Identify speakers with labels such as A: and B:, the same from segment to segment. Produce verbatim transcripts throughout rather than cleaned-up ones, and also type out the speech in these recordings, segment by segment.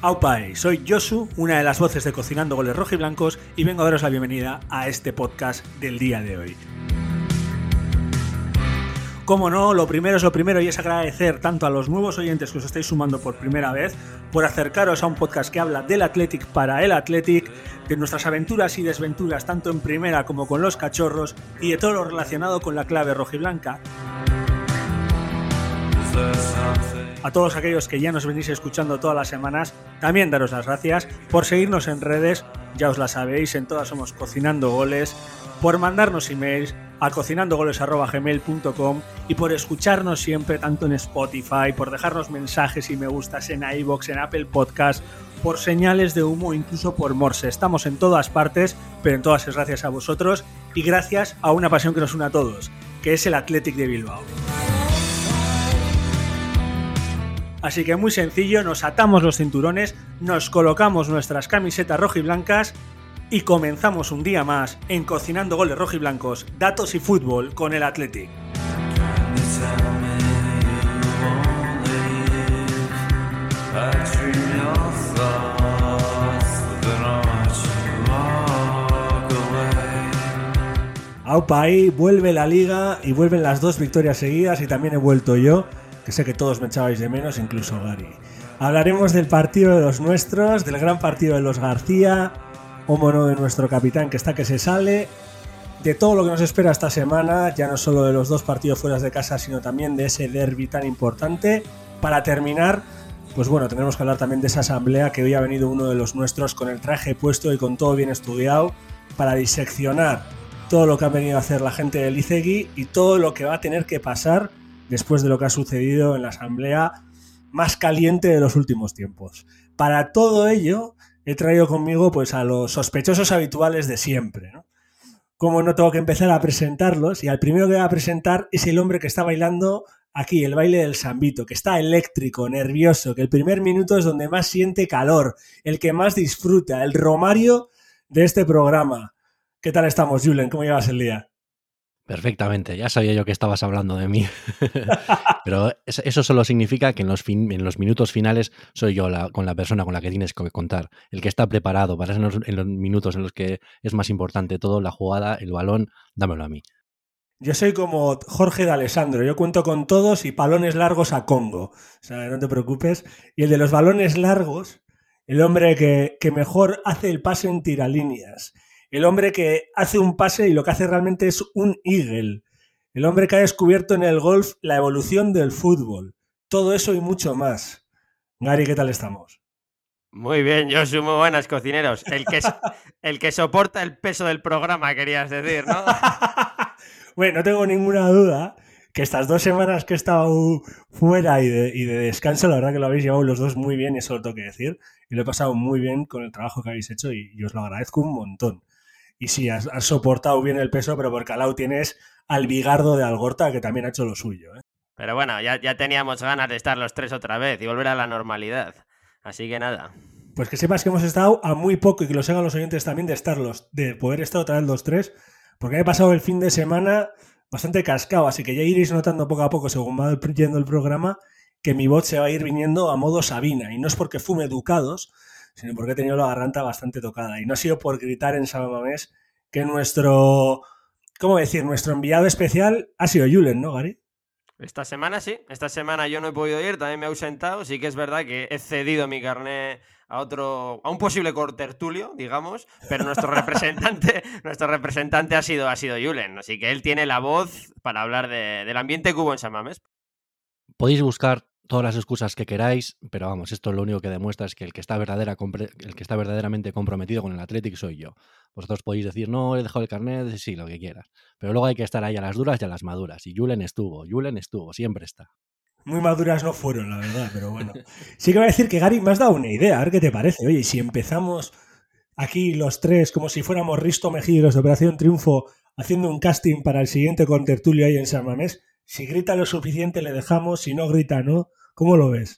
A: Aupae, soy Josu, una de las voces de Cocinando Goles Rojiblancos, y vengo a daros la bienvenida a este podcast del día de hoy. Como no, lo primero es lo primero y es agradecer tanto a los nuevos oyentes que os estáis sumando por primera vez por acercaros a un podcast que habla del Athletic para el Athletic, de nuestras aventuras y desventuras tanto en primera como con los cachorros y de todo lo relacionado con la clave rojiblanca. A todos aquellos que ya nos venís escuchando todas las semanas, también daros las gracias por seguirnos en redes, ya os la sabéis, en todas somos Cocinando Goles, por mandarnos emails a cocinandogoles arroba gmail punto com y por escucharnos siempre tanto en Spotify, por dejarnos mensajes y me gustas en iVoox, en Apple Podcast, por señales de humo, incluso por Morse. Estamos en todas partes, pero en todas es gracias a vosotros y gracias a una pasión que nos une a todos, que es el Athletic de Bilbao. Así que muy sencillo, nos atamos los cinturones, nos colocamos nuestras camisetas rojiblancas y comenzamos un día más en Cocinando Goles Rojiblancos, datos y fútbol con el Athletic. Aupa, ahí vuelve la Liga y vuelven las dos victorias seguidas y también he vuelto yo, que sé que todos me echabais de menos, incluso Gary. Hablaremos del partido de los nuestros, del gran partido de los García, o mono de nuestro capitán que está que se sale, de todo lo que nos espera esta semana, ya no solo de los dos partidos fuera de casa, sino también de ese derbi tan importante. Para terminar, pues bueno, tendremos que hablar también de esa asamblea que hoy ha venido uno de los nuestros con el traje puesto y con todo bien estudiado para diseccionar todo lo que ha venido a hacer la gente del Izegui y todo lo que va a tener que pasar después de lo que ha sucedido en la asamblea más caliente de los últimos tiempos. Para todo ello he traído conmigo pues a los sospechosos habituales de siempre, ¿no? Como no tengo que empezar a presentarlos, y al primero que voy a presentar es el hombre que está bailando aquí, el baile del Sambito, que está eléctrico, nervioso, que el primer minuto es donde más siente calor, el que más disfruta, el Romario de este programa. ¿Qué tal estamos, Julen? ¿Cómo llevas el día?
B: Perfectamente, ya sabía yo que estabas hablando de mí. Pero eso solo significa que en los, fin, en los minutos finales soy yo la, con la persona con la que tienes que contar, el que está preparado para esos, en los minutos en los que es más importante todo, la jugada, el balón, dámelo a mí.
A: Yo soy como Jorge de Alessandro, yo cuento con todos y balones largos a Congo, o sea, no te preocupes. Y el de los balones largos, el hombre que, que mejor hace el pase en tiralíneas, el hombre que hace un pase y lo que hace realmente es un eagle. El hombre que ha descubierto en el golf la evolución del fútbol. Todo eso y mucho más. Gary, ¿qué tal estamos?
C: Muy bien, Josu, muy buenas, cocineros. El que, el que soporta el peso del programa, querías decir, ¿no?
A: Bueno, no tengo ninguna duda que estas dos semanas que he estado fuera y de, y de descanso, la verdad que lo habéis llevado los dos muy bien, eso lo tengo que decir. Y lo he pasado muy bien con el trabajo que habéis hecho y, y os lo agradezco un montón. Y sí, has, has soportado bien el peso, pero porque al lado tienes al Bigardo de Algorta, que también ha hecho lo suyo, ¿eh?
C: Pero bueno, ya, ya teníamos ganas de estar los tres otra vez y volver a la normalidad. Así que nada.
A: Pues que sepas que hemos estado a muy poco, y que lo sepan los oyentes también, de estar los, de poder estar otra vez los tres, porque he pasado el fin de semana bastante cascado, así que ya iréis notando poco a poco, según va yendo el programa, que mi voz se va a ir viniendo a modo Sabina. Y no es porque fume Ducados, sino porque he tenido la garganta bastante tocada. Y no ha sido por gritar en San Mamés que nuestro, ¿cómo decir? Nuestro enviado especial ha sido Julen, ¿no, Gary?
C: Esta semana sí, esta semana yo no he podido ir, también me he ausentado, sí que es verdad que he cedido mi carné a otro, a un posible cortertulio, digamos, pero nuestro representante, nuestro representante ha sido, ha sido Julen, así que él tiene la voz para hablar de, del ambiente que hubo en San Mamés.
B: Podéis buscar todas las excusas que queráis, pero vamos, esto lo único que demuestra es que el que está, verdadera, el que está verdaderamente comprometido con el Athletic soy yo. Vosotros podéis decir, no, he dejado el carnet, sí, lo que quieras. Pero luego hay que estar ahí a las duras y a las maduras. Y Julen estuvo, Julen estuvo, siempre está.
A: Muy maduras no fueron, la verdad, pero bueno. Sí que voy a decir que, Gary, me has dado una idea, a ver qué te parece. Oye, si empezamos aquí los tres como si fuéramos Risto Mejidos de Operación Triunfo haciendo un casting para el siguiente contertulio ahí en San Mamés, si grita lo suficiente le dejamos, si no grita no. ¿Cómo lo ves?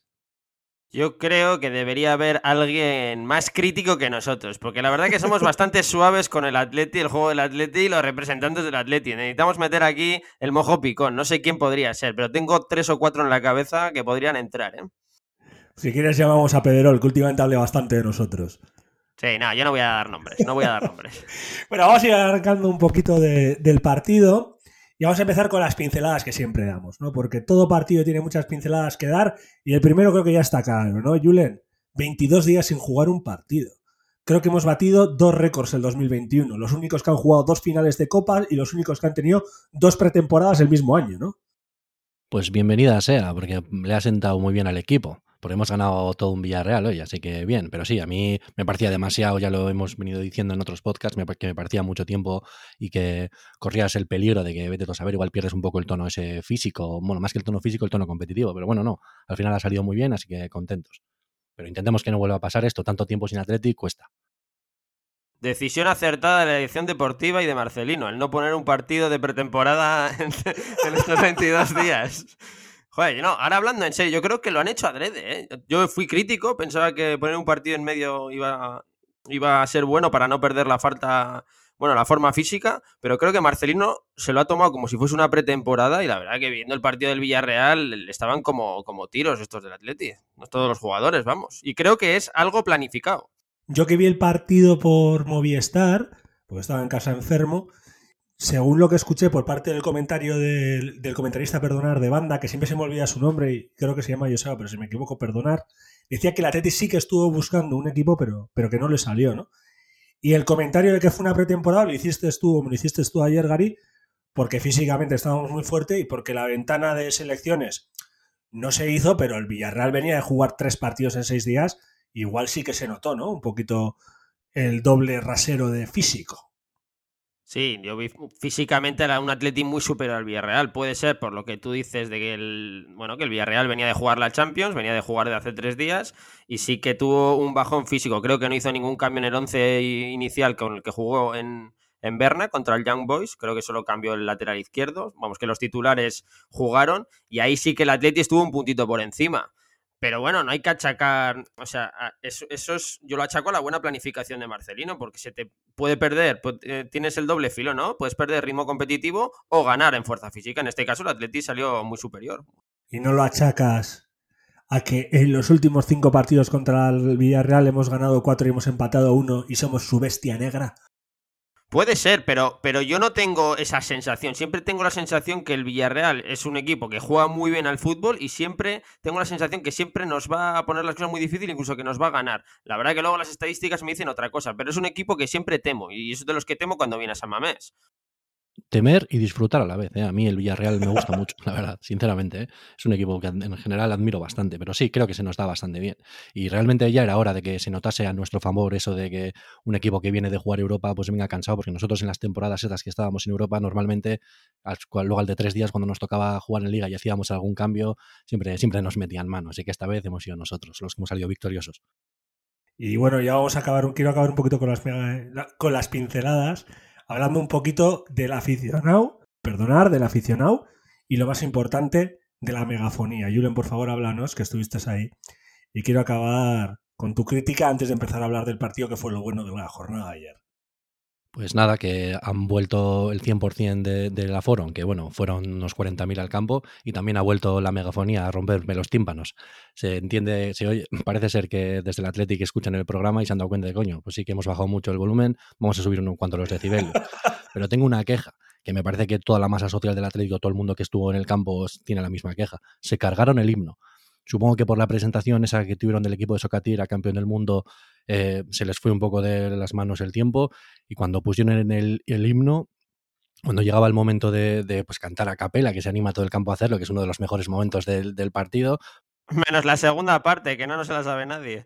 C: Yo creo que debería haber alguien más crítico que nosotros, porque la verdad que somos bastante suaves con el Atleti, el juego del Atleti y los representantes del Atleti. Necesitamos meter aquí el mojo picón, no sé quién podría ser, pero tengo tres o cuatro en la cabeza que podrían entrar, ¿eh?
A: Si quieres llamamos a Pedrerol, que últimamente hable bastante de nosotros.
C: Sí, no, yo no voy a dar nombres, no voy a dar nombres.
A: Bueno, vamos a ir arrancando un poquito de, del partido y vamos a empezar con las pinceladas que siempre damos, ¿no? Porque todo partido tiene muchas pinceladas que dar y el primero creo que ya está claro, ¿no? Julen, veintidós días sin jugar un partido. Creo que hemos batido dos récords el dos mil veintiuno, los únicos que han jugado dos finales de Copa y los únicos que han tenido dos pretemporadas el mismo año, ¿no?
B: Pues bienvenida sea, porque le ha sentado muy bien al equipo, porque hemos ganado todo un Villarreal hoy, así que bien, pero sí, a mí me parecía demasiado, ya lo hemos venido diciendo en otros podcasts, me, que me parecía mucho tiempo y que corrías el peligro de que, vete tú a saber, igual pierdes un poco el tono ese físico, bueno, más que el tono físico, el tono competitivo, pero bueno, no, al final ha salido muy bien, así que contentos. Pero intentemos que no vuelva a pasar esto, tanto tiempo sin Atleti cuesta.
C: Decisión acertada de la dirección deportiva y de Marcelino, el no poner un partido de pretemporada en, en estos veintidós días. Joder, no, ahora hablando en serio, yo creo que lo han hecho adrede, ¿eh? Yo fui crítico, pensaba que poner un partido en medio iba, iba a ser bueno para no perder la falta, bueno, la forma física, pero creo que Marcelino se lo ha tomado como si fuese una pretemporada y la verdad que viendo el partido del Villarreal estaban como, como tiros estos del Atleti, no todos los jugadores, vamos. Y creo que es algo planificado.
A: Yo que vi el partido por Movistar, porque estaba en casa enfermo, según lo que escuché por parte del comentario del, del comentarista, perdonar, de Banda, que siempre se me olvida su nombre y creo que se llama Joseba, pero si me equivoco, perdonar, decía que el Atleti sí que estuvo buscando un equipo, pero, pero que no le salió, ¿no? Y el comentario de que fue una pretemporada lo hiciste tú, me lo hiciste tú ayer, Gary, porque físicamente estábamos muy fuerte y porque la ventana de selecciones no se hizo, pero el Villarreal venía de jugar tres partidos en seis días. Igual sí que se notó, ¿no? Un poquito el doble rasero de físico.
C: Sí, yo vi físicamente era un Atleti muy superior al Villarreal. Puede ser por lo que tú dices de que el, bueno, que el Villarreal venía de jugar la Champions, venía de jugar de hace tres días y sí que tuvo un bajón físico. Creo que no hizo ningún cambio en el once inicial con el que jugó en, en Berna contra el Young Boys. Creo que solo cambió el lateral izquierdo. Vamos, que los titulares jugaron y ahí sí que el Atleti estuvo un puntito por encima. Pero bueno, no hay que achacar, o sea, eso, eso es, yo lo achaco a la buena planificación de Marcelino, porque se te puede perder, pues, eh, tienes el doble filo, ¿no? Puedes perder ritmo competitivo o ganar en fuerza física. En este caso el Atleti salió muy superior.
A: Y no lo achacas a que en los últimos cinco partidos contra el Villarreal hemos ganado cuatro y hemos empatado uno y somos su bestia negra.
C: Puede ser, pero, pero yo no tengo esa sensación. Siempre tengo la sensación que el Villarreal es un equipo que juega muy bien al fútbol y siempre tengo la sensación que siempre nos va a poner las cosas muy difíciles, incluso que nos va a ganar. La verdad que luego las estadísticas me dicen otra cosa, pero es un equipo que siempre temo y es de los que temo cuando viene a San Mamés.
B: Temer y disfrutar a la vez, ¿eh? A mí el Villarreal me gusta mucho, la verdad, sinceramente, ¿eh? Es un equipo que en general admiro bastante, pero sí, creo que se nos da bastante bien. Y realmente ya era hora de que se notase a nuestro favor eso de que un equipo que viene de jugar Europa pues venga cansado, porque nosotros en las temporadas estas que estábamos en Europa, normalmente, al, luego al de tres días, cuando nos tocaba jugar en Liga y hacíamos algún cambio, siempre, siempre nos metían mano, así que esta vez hemos sido nosotros los que hemos salido victoriosos.
A: Y bueno, ya vamos a acabar, quiero acabar un poquito con las, con las pinceladas, hablando un poquito del aficionado, perdonar, del aficionado y lo más importante, de la megafonía. Julen, por favor, háblanos, que estuviste ahí. Y quiero acabar con tu crítica antes de empezar a hablar del partido, que fue lo bueno de la jornada de ayer.
B: Pues nada, que han vuelto el cien por ciento de, del aforo, aunque bueno, fueron unos cuarenta mil al campo, y también ha vuelto la megafonía a romperme los tímpanos. Se entiende, se oye, parece ser que desde el Athletic escuchan el programa y se han dado cuenta de coño, pues sí que hemos bajado mucho el volumen, vamos a subir unos cuantos los decibelios. Pero tengo una queja, que me parece que toda la masa social del Atlético, todo el mundo que estuvo en el campo tiene la misma queja. Se cargaron el himno. Supongo que por la presentación esa que tuvieron del equipo de Socatira, campeón del mundo, eh, se les fue un poco de las manos el tiempo y cuando pusieron en el, el himno, cuando llegaba el momento de, de pues, cantar a capela, que se anima todo el campo a hacerlo, que es uno de los mejores momentos del, del partido.
C: Menos la segunda parte, que no, no se la sabe nadie.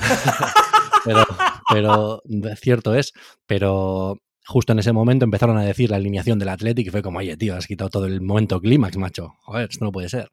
B: pero, pero cierto es, pero justo en ese momento empezaron a decir la alineación del Athletic y fue como, oye, tío, has quitado todo el momento clímax, macho. Joder, esto no puede ser.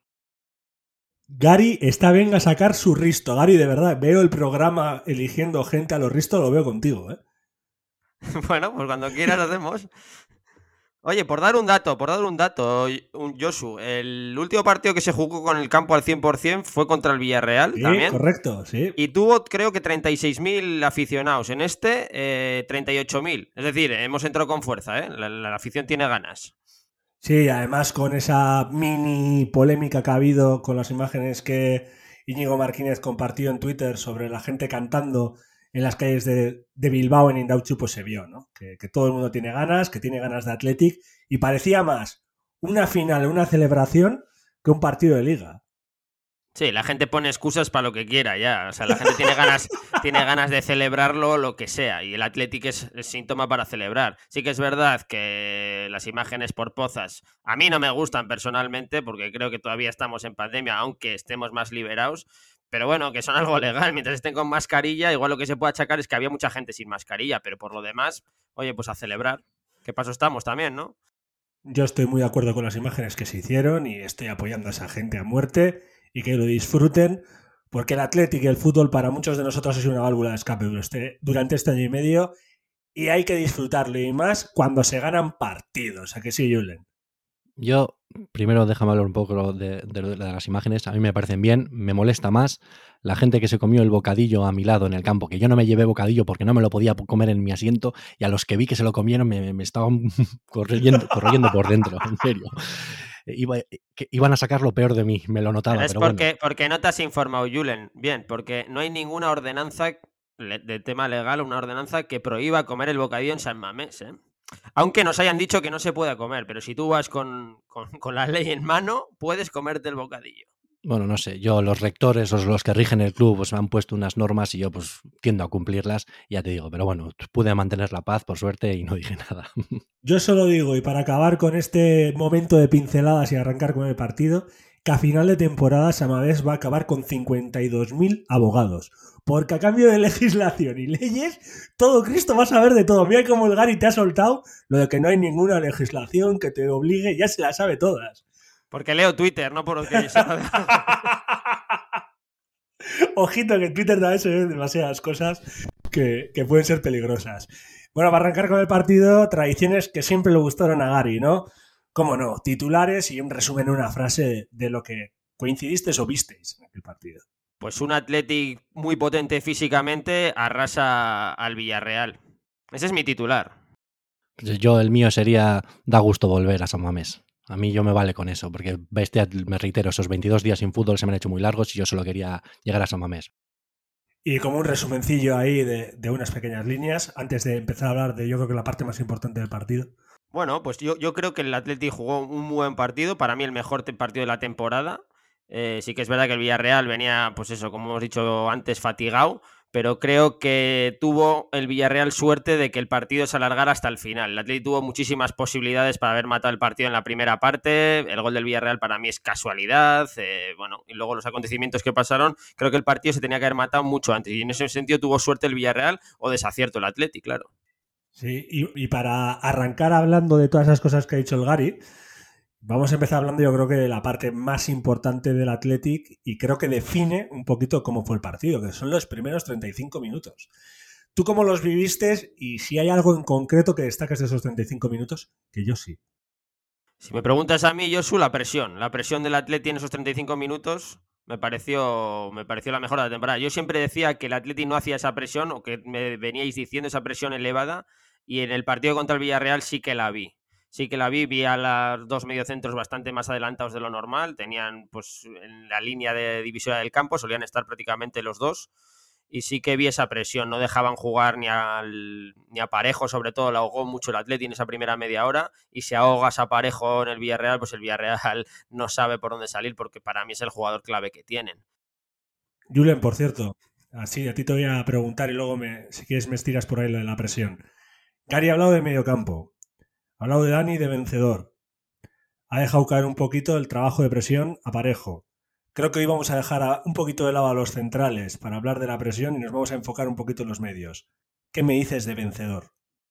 A: Gary está bien a sacar su risto. Gary, de verdad, veo el programa eligiendo gente a los ristos, lo veo contigo, ¿eh?
C: Bueno, pues cuando quieras lo hacemos. Oye, por dar un dato, por dar un dato, un Josu, el último partido que se jugó con el campo al cien por ciento fue contra el Villarreal,
A: sí,
C: también.
A: Correcto, sí.
C: Y tuvo, creo que treinta y seis mil aficionados. En este, eh, treinta y ocho mil. Es decir, hemos entrado con fuerza, ¿eh? La, la afición tiene ganas.
A: Sí, además con esa mini polémica que ha habido con las imágenes que Íñigo Martínez compartió en Twitter sobre la gente cantando en las calles de, de Bilbao en Indautxu, pues se vio, ¿no? Que, que todo el mundo tiene ganas, que tiene ganas de Athletic, y parecía más una final, una celebración que un partido de liga.
C: Sí, la gente pone excusas para lo que quiera ya. O sea, la gente tiene ganas, tiene ganas de celebrarlo lo que sea. Y el Athletic es, es síntoma para celebrar. Sí que es verdad que las imágenes por pozas a mí no me gustan personalmente porque creo que todavía estamos en pandemia, aunque estemos más liberados. Pero bueno, que son algo legal. Mientras estén con mascarilla, igual lo que se puede achacar es que había mucha gente sin mascarilla. Pero por lo demás, oye, pues a celebrar. ¿Qué paso estamos también, no?
A: Yo estoy muy de acuerdo con las imágenes que se hicieron y estoy apoyando a esa gente a muerte y que lo disfruten, porque el Athletic y el fútbol para muchos de nosotros es una válvula de escape durante este año y medio y hay que disfrutarlo, y más cuando se ganan partidos. ¿A que sí, Julen?
B: Yo, primero déjame hablar un poco de, de, de las imágenes. A mí me parecen bien, me molesta más la gente que se comió el bocadillo a mi lado en el campo, que yo no me llevé bocadillo porque no me lo podía comer en mi asiento, y a los que vi que se lo comieron me, me estaban corriendo, corriendo por dentro, en serio. Iba, que iban a sacar lo peor de mí, me lo notaba.
C: Pero es
B: pero
C: porque,
B: bueno.
C: porque no te has informado, Julen. Bien, porque no hay ninguna ordenanza de tema legal, una ordenanza que prohíba comer el bocadillo en San Mamés, ¿eh? Aunque nos hayan dicho que no se puede comer, pero si tú vas con, con, con la ley en mano, puedes comerte el bocadillo.
B: Bueno, no sé, yo, los rectores o los que rigen el club, pues me han puesto unas normas y yo pues tiendo a cumplirlas, ya te digo, pero bueno, pude mantener la paz por suerte y no dije nada.
A: Yo solo digo, y para acabar con este momento de pinceladas y arrancar con el partido, que a final de temporada Samamés va a acabar con cincuenta y dos mil abogados. Porque a cambio de legislación y leyes, todo Cristo va a saber de todo. Mira cómo el Gary te ha soltado lo de que no hay ninguna legislación que te obligue, ya se la sabe todas.
C: Porque leo Twitter, no por que yo
A: Ojito, que en Twitter también se ven demasiadas cosas que, que pueden ser peligrosas. Bueno, para arrancar con el partido, tradiciones que siempre le gustaron a Gary, ¿no? Cómo no, titulares y un resumen en una frase de lo que coincidisteis o visteis en el partido.
C: Pues un Athletic muy potente físicamente arrasa al Villarreal. Ese es mi titular.
B: Yo, el mío sería, da gusto volver a San Mamés. A mí yo me vale con eso, porque bestia, me reitero, esos veintidós días sin fútbol se me han hecho muy largos y yo solo quería llegar a San Mamés.
A: Y como un resumencillo ahí de, de unas pequeñas líneas, antes de empezar a hablar de, yo creo que la parte más importante del partido.
C: Bueno, pues yo, yo creo que el Athletic jugó un muy buen partido, para mí el mejor partido de la temporada. Eh, sí que es verdad que el Villarreal venía, pues eso, como hemos dicho antes, fatigado, pero creo que tuvo el Villarreal suerte de que el partido se alargara hasta el final. El Athletic tuvo muchísimas posibilidades para haber matado el partido en la primera parte. El gol del Villarreal para mí es casualidad. Eh, bueno, y luego los acontecimientos que pasaron, creo que el partido se tenía que haber matado mucho antes. Y en ese sentido tuvo suerte el Villarreal o desacierto el Athletic, claro.
A: Sí, y, y para arrancar hablando de todas esas cosas que ha dicho el Gary, vamos a empezar hablando yo creo que de la parte más importante del Athletic y creo que define un poquito cómo fue el partido, que son los primeros treinta y cinco minutos. ¿Tú cómo los viviste y si hay algo en concreto que destaques de esos treinta y cinco minutos? Que yo sí.
C: Si me preguntas a mí, Josu, la presión. La presión del Athletic en esos treinta y cinco minutos me pareció, me pareció la mejor de la temporada. Yo siempre decía que el Athletic no hacía esa presión o que me veníais diciendo esa presión elevada y en el partido contra el Villarreal sí que la vi. Sí que la vi, vi a los dos mediocentros bastante más adelantados de lo normal, tenían pues en la línea de divisoria del campo, solían estar prácticamente los dos y sí que vi esa presión, no dejaban jugar ni, al, ni a Parejo, sobre todo la ahogó mucho el Athletic en esa primera media hora y si ahogas a Parejo en el Villarreal, pues el Villarreal no sabe por dónde salir porque para mí es el jugador clave que tienen.
A: Julen, por cierto, así a ti te voy a preguntar y luego me, si quieres me estiras por ahí lo de la presión. Gary ha hablado de mediocampo. Ha hablado de Dani de vencedor. Ha dejado caer un poquito el trabajo de presión a Parejo. Creo que hoy vamos a dejar a, un poquito de lado a los centrales para hablar de la presión y nos vamos a enfocar un poquito en los medios. ¿Qué me dices de vencedor?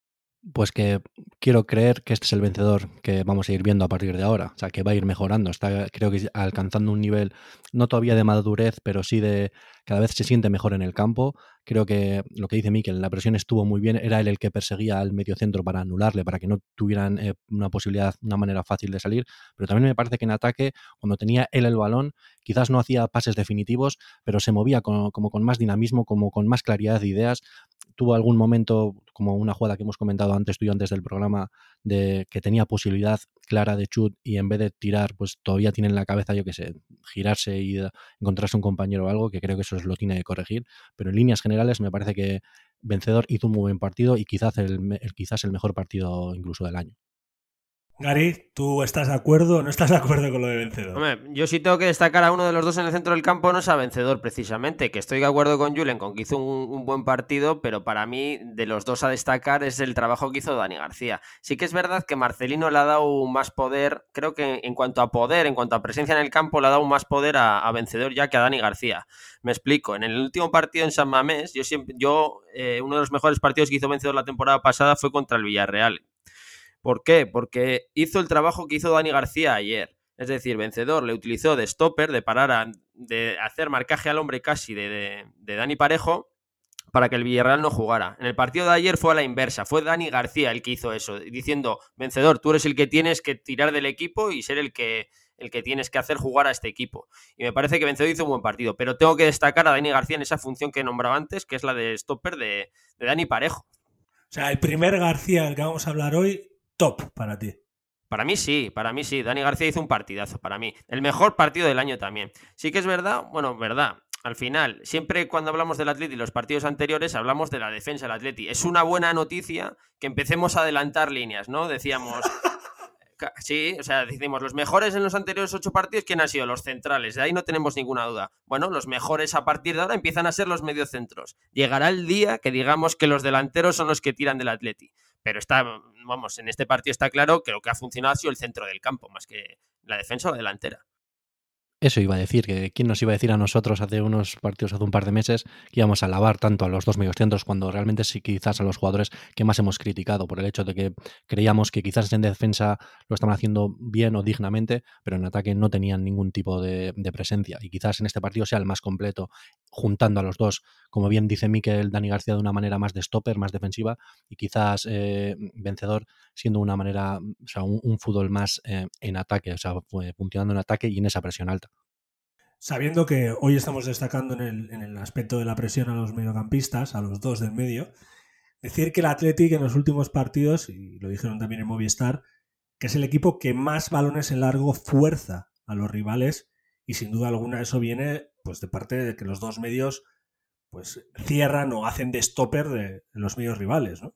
B: Pues que quiero creer que este es el vencedor que vamos a ir viendo a partir de ahora. O sea, que va a ir mejorando. Está, creo que alcanzando un nivel, no todavía de madurez, pero sí de cada vez se siente mejor en el campo. Creo que lo que dice Mikel, la presión estuvo muy bien. Era él el que perseguía al mediocentro para anularle, para que no tuvieran eh, una posibilidad, una manera fácil de salir. Pero también me parece que en ataque, cuando tenía él el balón, quizás no hacía pases definitivos, pero se movía con, como con más dinamismo, como con más claridad de ideas. Tuvo algún momento como una jugada que hemos comentado antes tú y yo antes del programa, de que tenía posibilidad clara de chut y en vez de tirar, pues todavía tiene en la cabeza, yo qué sé, girarse y uh, encontrarse un compañero o algo, que creo que eso es lo tiene que corregir. Pero en líneas generales me parece que Vencedor hizo un muy buen partido y quizás el, el, quizás el mejor partido incluso del año.
A: Gary, ¿tú estás de acuerdo o no estás de acuerdo con lo de Vencedor?
C: Hombre, yo sí tengo que destacar a uno de los dos en el centro del campo, no es a Vencedor precisamente, que estoy de acuerdo con Julen con que hizo un, un buen partido, pero para mí de los dos a destacar es el trabajo que hizo Dani García. Sí que es verdad que Marcelino le ha dado más poder, creo que en cuanto a poder, en cuanto a presencia en el campo, le ha dado más poder a, a Vencedor ya que a Dani García. Me explico, en el último partido en San Mamés, yo siempre, yo eh, uno de los mejores partidos que hizo Vencedor la temporada pasada fue contra el Villarreal. ¿Por qué? Porque hizo el trabajo que hizo Dani García ayer. Es decir, Vencedor le utilizó de stopper, de parar, a, de hacer marcaje al hombre casi de, de, de Dani Parejo para que el Villarreal no jugara. En el partido de ayer fue a la inversa, fue Dani García el que hizo eso, diciendo, Vencedor, tú eres el que tienes que tirar del equipo y ser el que, el que tienes que hacer jugar a este equipo. Y me parece que Vencedor hizo un buen partido, pero tengo que destacar a Dani García en esa función que nombraba antes, que es la de stopper de, de Dani Parejo.
A: O sea, el primer García del que vamos a hablar hoy, top para ti.
C: Para mí sí, para mí sí. Dani García hizo un partidazo, para mí. El mejor partido del año también. Sí que es verdad, bueno, verdad. Al final, siempre cuando hablamos del Atleti y los partidos anteriores, hablamos de la defensa del Atleti. Es una buena noticia que empecemos a adelantar líneas, ¿no? Decíamos... Sí, o sea, decimos, los mejores en los anteriores ocho partidos, ¿quién han sido? Los centrales, de ahí no tenemos ninguna duda. Bueno, los mejores a partir de ahora empiezan a ser los mediocentros. Llegará el día que digamos que los delanteros son los que tiran del Atleti. Pero está, vamos, en este partido está claro que lo que ha funcionado ha sido el centro del campo, más que la defensa o la delantera.
B: Eso iba a decir, que quién nos iba a decir a nosotros hace unos partidos, hace un par de meses, que íbamos a alabar tanto a los dos mediocentros cuando realmente sí quizás a los jugadores que más hemos criticado por el hecho de que creíamos que quizás en defensa lo estaban haciendo bien o dignamente, pero en ataque no tenían ningún tipo de, de presencia y quizás en este partido sea el más completo, juntando a los dos, como bien dice Mikel, Dani García de una manera más de stopper, más defensiva y quizás eh, Vencedor siendo una manera, o sea, un, un fútbol más eh, en ataque, o sea, funcionando en ataque y en esa presión alta.
A: Sabiendo que hoy estamos destacando en el, en el aspecto de la presión a los mediocampistas, a los dos del medio, decir que el Athletic en los últimos partidos, y lo dijeron también en Movistar, que es el equipo que más balones en largo fuerza a los rivales y sin duda alguna eso viene pues de parte de que los dos medios pues cierran o hacen de stopper de, de los medios rivales, ¿no?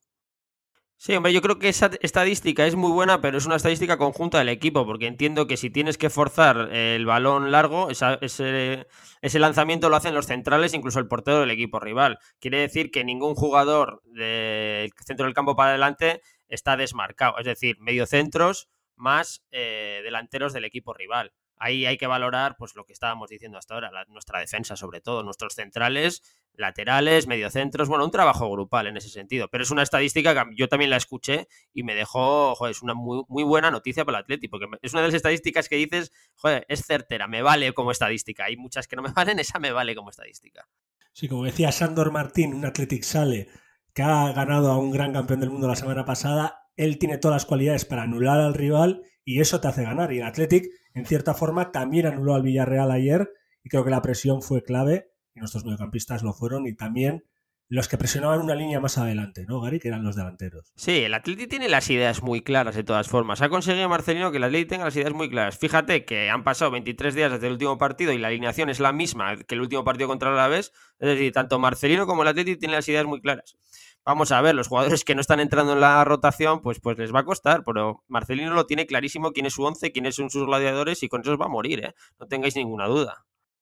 C: Sí, hombre, yo creo que esa estadística es muy buena, pero es una estadística conjunta del equipo, porque entiendo que si tienes que forzar el balón largo, esa, ese, ese lanzamiento lo hacen los centrales, incluso el portero del equipo rival. Quiere decir que ningún jugador del centro del campo para adelante está desmarcado, es decir, mediocentros más eh, delanteros del equipo rival. Ahí hay que valorar pues lo que estábamos diciendo hasta ahora, la, nuestra defensa sobre todo, nuestros centrales, laterales, mediocentros, bueno, un trabajo grupal en ese sentido, pero es una estadística que yo también la escuché y me dejó, joder, es una muy, muy buena noticia para el Atleti, porque es una de las estadísticas que dices, joder, es certera, me vale como estadística, hay muchas que no me valen, esa me vale como estadística.
A: Sí, como decía Sandor Martín, un Athletic Sale que ha ganado a un gran campeón del mundo la semana pasada, él tiene todas las cualidades para anular al rival y eso te hace ganar, y el Athletic en cierta forma también anuló al Villarreal ayer y creo que la presión fue clave y nuestros mediocampistas lo fueron y también los que presionaban una línea más adelante, ¿no, Gary? Que eran los delanteros.
C: Sí, el Atleti tiene las ideas muy claras de todas formas. Ha conseguido Marcelino que el Atleti tenga las ideas muy claras. Fíjate que han pasado veintitrés días desde el último partido y la alineación es la misma que el último partido contra el Alavés. Es decir, tanto Marcelino como el Atleti tienen las ideas muy claras. Vamos a ver, los jugadores que no están entrando en la rotación, pues, pues les va a costar, pero Marcelino lo tiene clarísimo quién es su once, quiénes son sus gladiadores y con eso va a morir, ¿eh? No tengáis ninguna duda.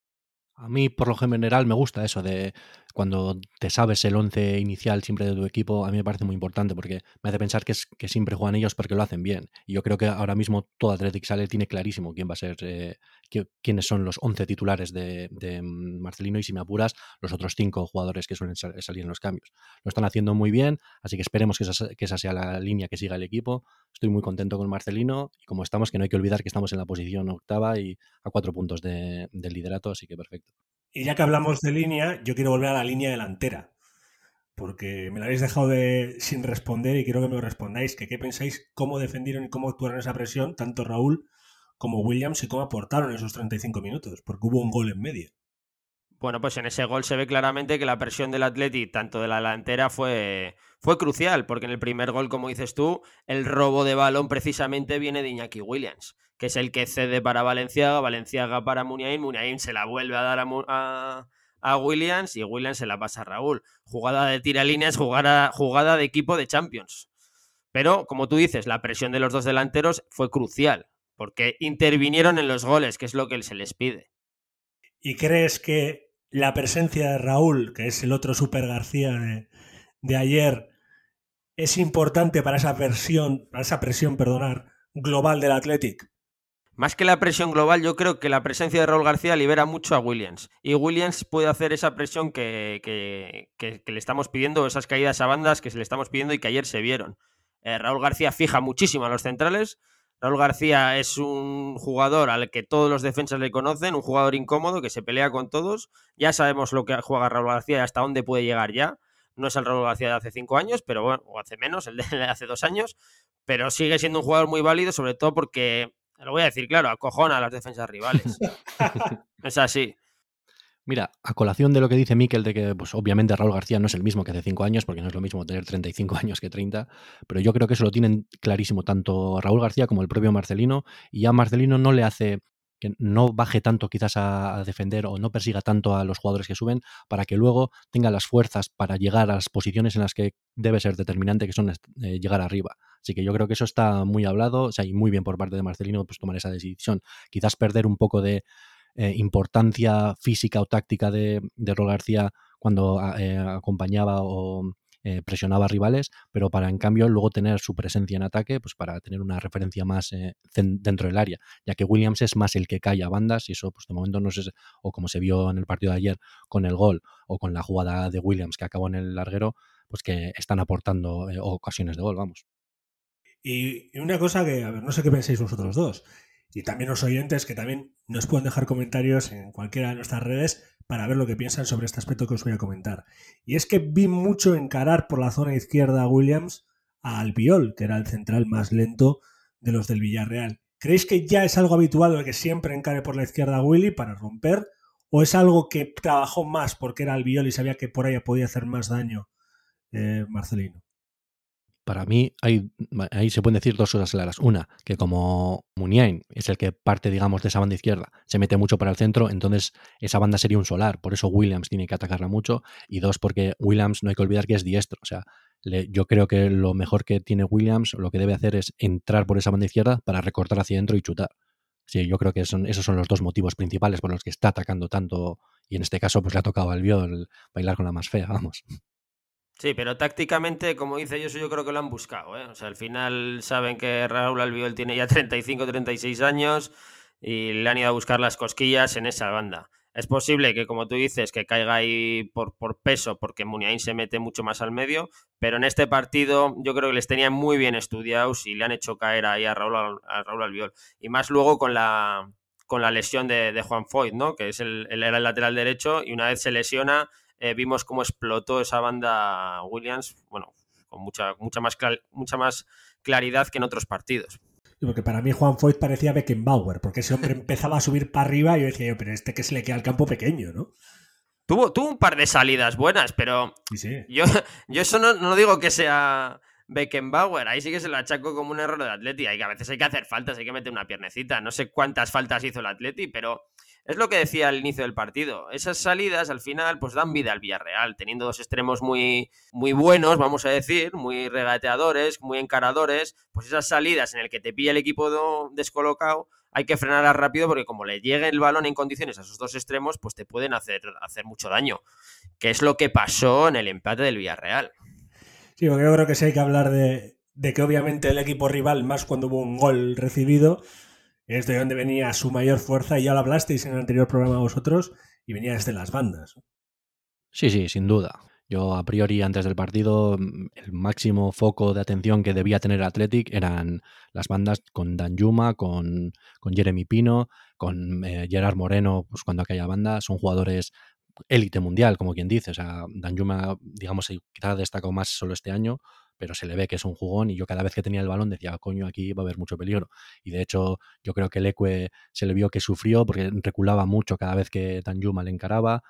B: A mí, por lo general, me gusta eso de cuando te sabes el once inicial siempre de tu equipo. A mí me parece muy importante porque me hace pensar que, es, que siempre juegan ellos porque lo hacen bien. Y yo creo que ahora mismo todo Athletic Sale tiene clarísimo quién va a ser, eh, qué, quiénes son los once titulares de, de Marcelino y, si me apuras, los otros cinco jugadores que suelen sal, salir en los cambios. Lo están haciendo muy bien, así que esperemos que esa, que esa sea la línea que siga el equipo. Estoy muy contento con Marcelino y como estamos, que no hay que olvidar que estamos en la posición octava y a cuatro puntos de, del liderato, así que perfecto.
A: Y ya que hablamos de línea, yo quiero volver a la línea delantera, porque me la habéis dejado de, sin responder y quiero que me lo respondáis, que qué pensáis, cómo defendieron y cómo actuaron esa presión, tanto Raúl como Williams, y cómo aportaron esos treinta y cinco minutos, porque hubo un gol en medio.
C: Bueno, pues en ese gol se ve claramente que la presión del Atleti, tanto de la delantera, fue, fue crucial, porque en el primer gol, como dices tú, el robo de balón precisamente viene de Iñaki Williams, que es el que cede para Valenciaga, Valenciaga para Muniain, Muniain se la vuelve a dar a, a, a Williams y Williams se la pasa a Raúl. Jugada de tiralíneas, jugada, jugada de equipo de Champions. Pero, como tú dices, la presión de los dos delanteros fue crucial, porque intervinieron en los goles, que es lo que se les pide.
A: ¿Y crees que la presencia de Raúl, que es el otro Super García de, de ayer, es importante para esa presión, para esa presión, perdonar, global del Athletic?
C: Más que la presión global, yo creo que la presencia de Raúl García libera mucho a Williams. Y Williams puede hacer esa presión que, que, que, que le estamos pidiendo, esas caídas a bandas que se le estamos pidiendo y que ayer se vieron. Eh, Raúl García fija muchísimo a los centrales. Raúl García es un jugador al que todos los defensas le conocen, un jugador incómodo que se pelea con todos. Ya sabemos lo que juega Raúl García y hasta dónde puede llegar ya. No es el Raúl García de hace cinco años, pero bueno, o hace menos, el de hace dos años. Pero sigue siendo un jugador muy válido, sobre todo porque, lo voy a decir claro, acojona a las defensas rivales. Es así.
B: Mira, a colación de lo que dice Mikel de que pues obviamente Raúl García no es el mismo que hace cinco años, porque no es lo mismo tener treinta y cinco años que treinta, pero yo creo que eso lo tienen clarísimo tanto Raúl García como el propio Marcelino, y ya Marcelino no le hace que no baje tanto quizás a, a defender o no persiga tanto a los jugadores que suben para que luego tenga las fuerzas para llegar a las posiciones en las que debe ser determinante, que son eh, llegar arriba. Así que yo creo que eso está muy hablado, o sea, y muy bien por parte de Marcelino pues tomar esa decisión. Quizás perder un poco de Eh, importancia física o táctica de, de Raúl García cuando eh, acompañaba o eh, presionaba a rivales, pero para en cambio luego tener su presencia en ataque, pues para tener una referencia más eh, dentro del área, ya que Williams es más el que cae a bandas y eso pues de momento no sé, o como se vio en el partido de ayer con el gol o con la jugada de Williams que acabó en el larguero, pues que están aportando eh, ocasiones de gol, vamos.
A: Y una cosa que, a ver, no sé qué pensáis vosotros dos, y también los oyentes que también nos pueden dejar comentarios en cualquiera de nuestras redes para ver lo que piensan sobre este aspecto que os voy a comentar. Y es que vi mucho encarar por la zona izquierda a Williams a Albiol, que era el central más lento de los del Villarreal. ¿Creéis que ya es algo habitual el que siempre encare por la izquierda a Willy para romper? ¿O es algo que trabajó más porque era Albiol y sabía que por ahí podía hacer más daño eh, Marcelino?
B: Para mí, hay, ahí se pueden decir dos cosas claras. Una, que como Muniain es el que parte, digamos, de esa banda izquierda, se mete mucho para el centro, entonces esa banda sería un solar. Por eso Williams tiene que atacarla mucho. Y dos, porque Williams no hay que olvidar que es diestro. O sea, le, yo creo que lo mejor que tiene Williams, lo que debe hacer es entrar por esa banda izquierda para recortar hacia adentro y chutar. Sí, yo creo que son, esos son los dos motivos principales por los que está atacando tanto. Y en este caso, pues le ha tocado al Albiol bailar con la más fea, vamos.
C: Sí, pero tácticamente, como dice yo, yo creo que lo han buscado, ¿eh? O sea, al final saben que Raúl Albiol tiene ya treinta y cinco, treinta y seis años y le han ido a buscar las cosquillas en esa banda. Es posible que, como tú dices, que caiga ahí por, por peso, porque Muniain se mete mucho más al medio, pero en este partido yo creo que les tenían muy bien estudiados y le han hecho caer ahí a Raúl, a Raúl Albiol. Y más luego con la, con la lesión de, de Juan Foyth, ¿no? Que es el, el, era el lateral derecho, y una vez se lesiona... Eh, vimos cómo explotó esa banda Williams, bueno, con mucha, mucha, más, clar- mucha más claridad que en otros partidos.
A: Porque para mí Juan Foyth parecía Beckenbauer, porque ese hombre empezaba a subir para arriba y yo decía yo, pero este que se le queda el campo pequeño, ¿no?
C: Tuvo, tuvo un par de salidas buenas, pero
A: sí, sí.
C: yo, yo eso no, no digo que sea Beckenbauer, ahí sí que se lo achaco como un error del Atleti, hay que a veces hay que hacer faltas, hay que meter una piernecita, no sé cuántas faltas hizo el Atleti, pero... Es lo que decía al inicio del partido. Esas salidas al final pues dan vida al Villarreal, teniendo dos extremos muy, muy buenos, vamos a decir, muy regateadores, muy encaradores. Pues esas salidas en el que te pilla el equipo descolocado, hay que frenarlas rápido porque como le llegue el balón en condiciones a esos dos extremos, pues te pueden hacer, hacer mucho daño. Que es lo que pasó en el empate del Villarreal.
A: Sí, porque yo creo que sí hay que hablar de, de que obviamente el equipo rival, más cuando hubo un gol recibido, es de donde venía su mayor fuerza, y ya lo hablasteis en el anterior programa vosotros, y venía desde las bandas.
B: Sí, sí, sin duda. Yo a priori antes del partido el máximo foco de atención que debía tener Athletic eran las bandas con Danjuma, con, con Jeremy Pino, con eh, Gerard Moreno, pues cuando aquella banda son jugadores élite mundial, como quien dice. O sea, Danjuma, digamos, quizá destacó más solo este año, pero se le ve que es un jugón y yo cada vez que tenía el balón decía, coño, aquí va a haber mucho peligro. Y de hecho yo creo que Leque se le vio que sufrió porque reculaba mucho cada vez que Danjuma le encaraba.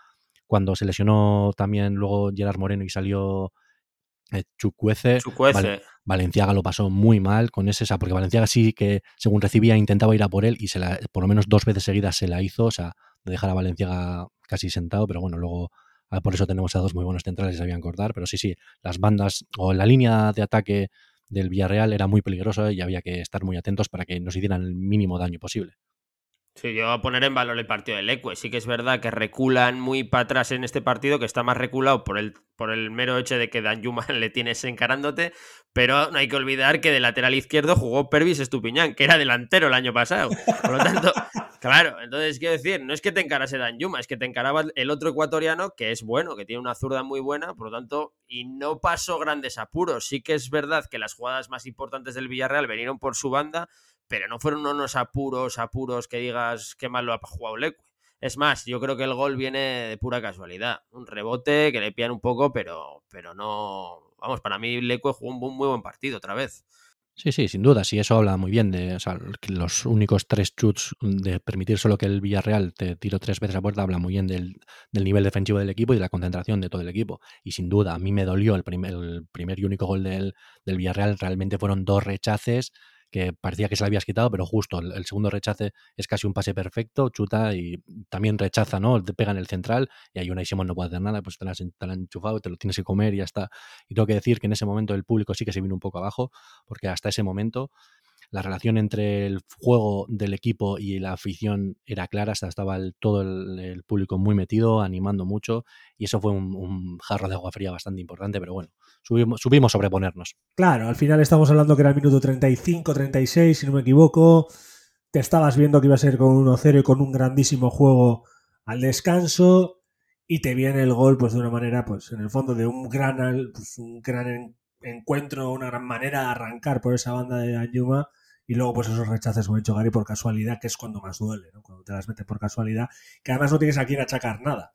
B: cuando se lesionó también luego Gerard Moreno y salió eh, Chukwueze,
C: Chukwueze.
B: Val- Valenciaga lo pasó muy mal con ese, o sea, porque Valenciaga sí que según recibía intentaba ir a por él y se la, por lo menos dos veces seguidas se la hizo, o sea, de dejar a Valenciaga casi sentado, pero bueno, luego ah, por eso tenemos a dos muy buenos centrales que sabían cortar, pero sí, sí, las bandas o la línea de ataque del Villarreal era muy peligrosa y había que estar muy atentos para que nos hicieran el mínimo daño posible.
C: Sí, yo voy a poner en valor el partido del Lecue. Sí que es verdad que reculan muy para atrás en este partido, que está más reculado por el, por el mero hecho de que Danjuma le tienes encarándote, pero no hay que olvidar que de lateral izquierdo jugó Pervis Estupiñán, que era delantero el año pasado. Por lo tanto, claro, entonces quiero decir, no es que te encarase Danjuma, es que te encaraba el otro ecuatoriano, que es bueno, que tiene una zurda muy buena, por lo tanto, y no pasó grandes apuros. Sí que es verdad que las jugadas más importantes del Villarreal vinieron por su banda, pero no fueron unos apuros, apuros que digas qué mal lo ha jugado Lecue. Es más, yo creo que el gol viene de pura casualidad. Un rebote que le pillan un poco, pero, pero no... Vamos, para mí Lecue jugó un muy buen partido otra vez.
B: Sí, sí, sin duda, sí, eso habla muy bien de, o sea, que los únicos tres chuts de permitir solo que el Villarreal te tiró tres veces a puerta, habla muy bien del, del nivel defensivo del equipo y de la concentración de todo el equipo. Y sin duda, a mí me dolió el primer, el primer y único gol del, del Villarreal, realmente fueron dos rechaces que parecía que se le habías quitado, pero justo el, el segundo rechace es casi un pase perfecto, chuta y también rechaza, ¿no? Te pega en el central y ahí Unai Simón no puede hacer nada, pues te lo has, te lo has enchufado, te lo tienes que comer y ya está. Y tengo que decir que en ese momento el público sí que se vino un poco abajo, porque hasta ese momento la relación entre el juego del equipo y la afición era clara, hasta estaba el, todo el, el público muy metido, animando mucho, y eso fue un, un jarro de agua fría bastante importante, pero bueno, subimos, subimos sobreponernos.
A: Claro, al final estamos hablando que era el minuto treinta y cinco, treinta y seis, si no me equivoco. Te estabas viendo que iba a ser con uno cero y con un grandísimo juego al descanso, y te viene el gol pues de una manera, pues en el fondo de un gran, pues, un gran en, encuentro, una gran manera de arrancar por esa banda de Danjuma, y luego pues esos rechaces, como ha dicho Gary, por casualidad, que es cuando más duele, ¿no? Cuando te las metes por casualidad, que además no tienes a quién achacar nada,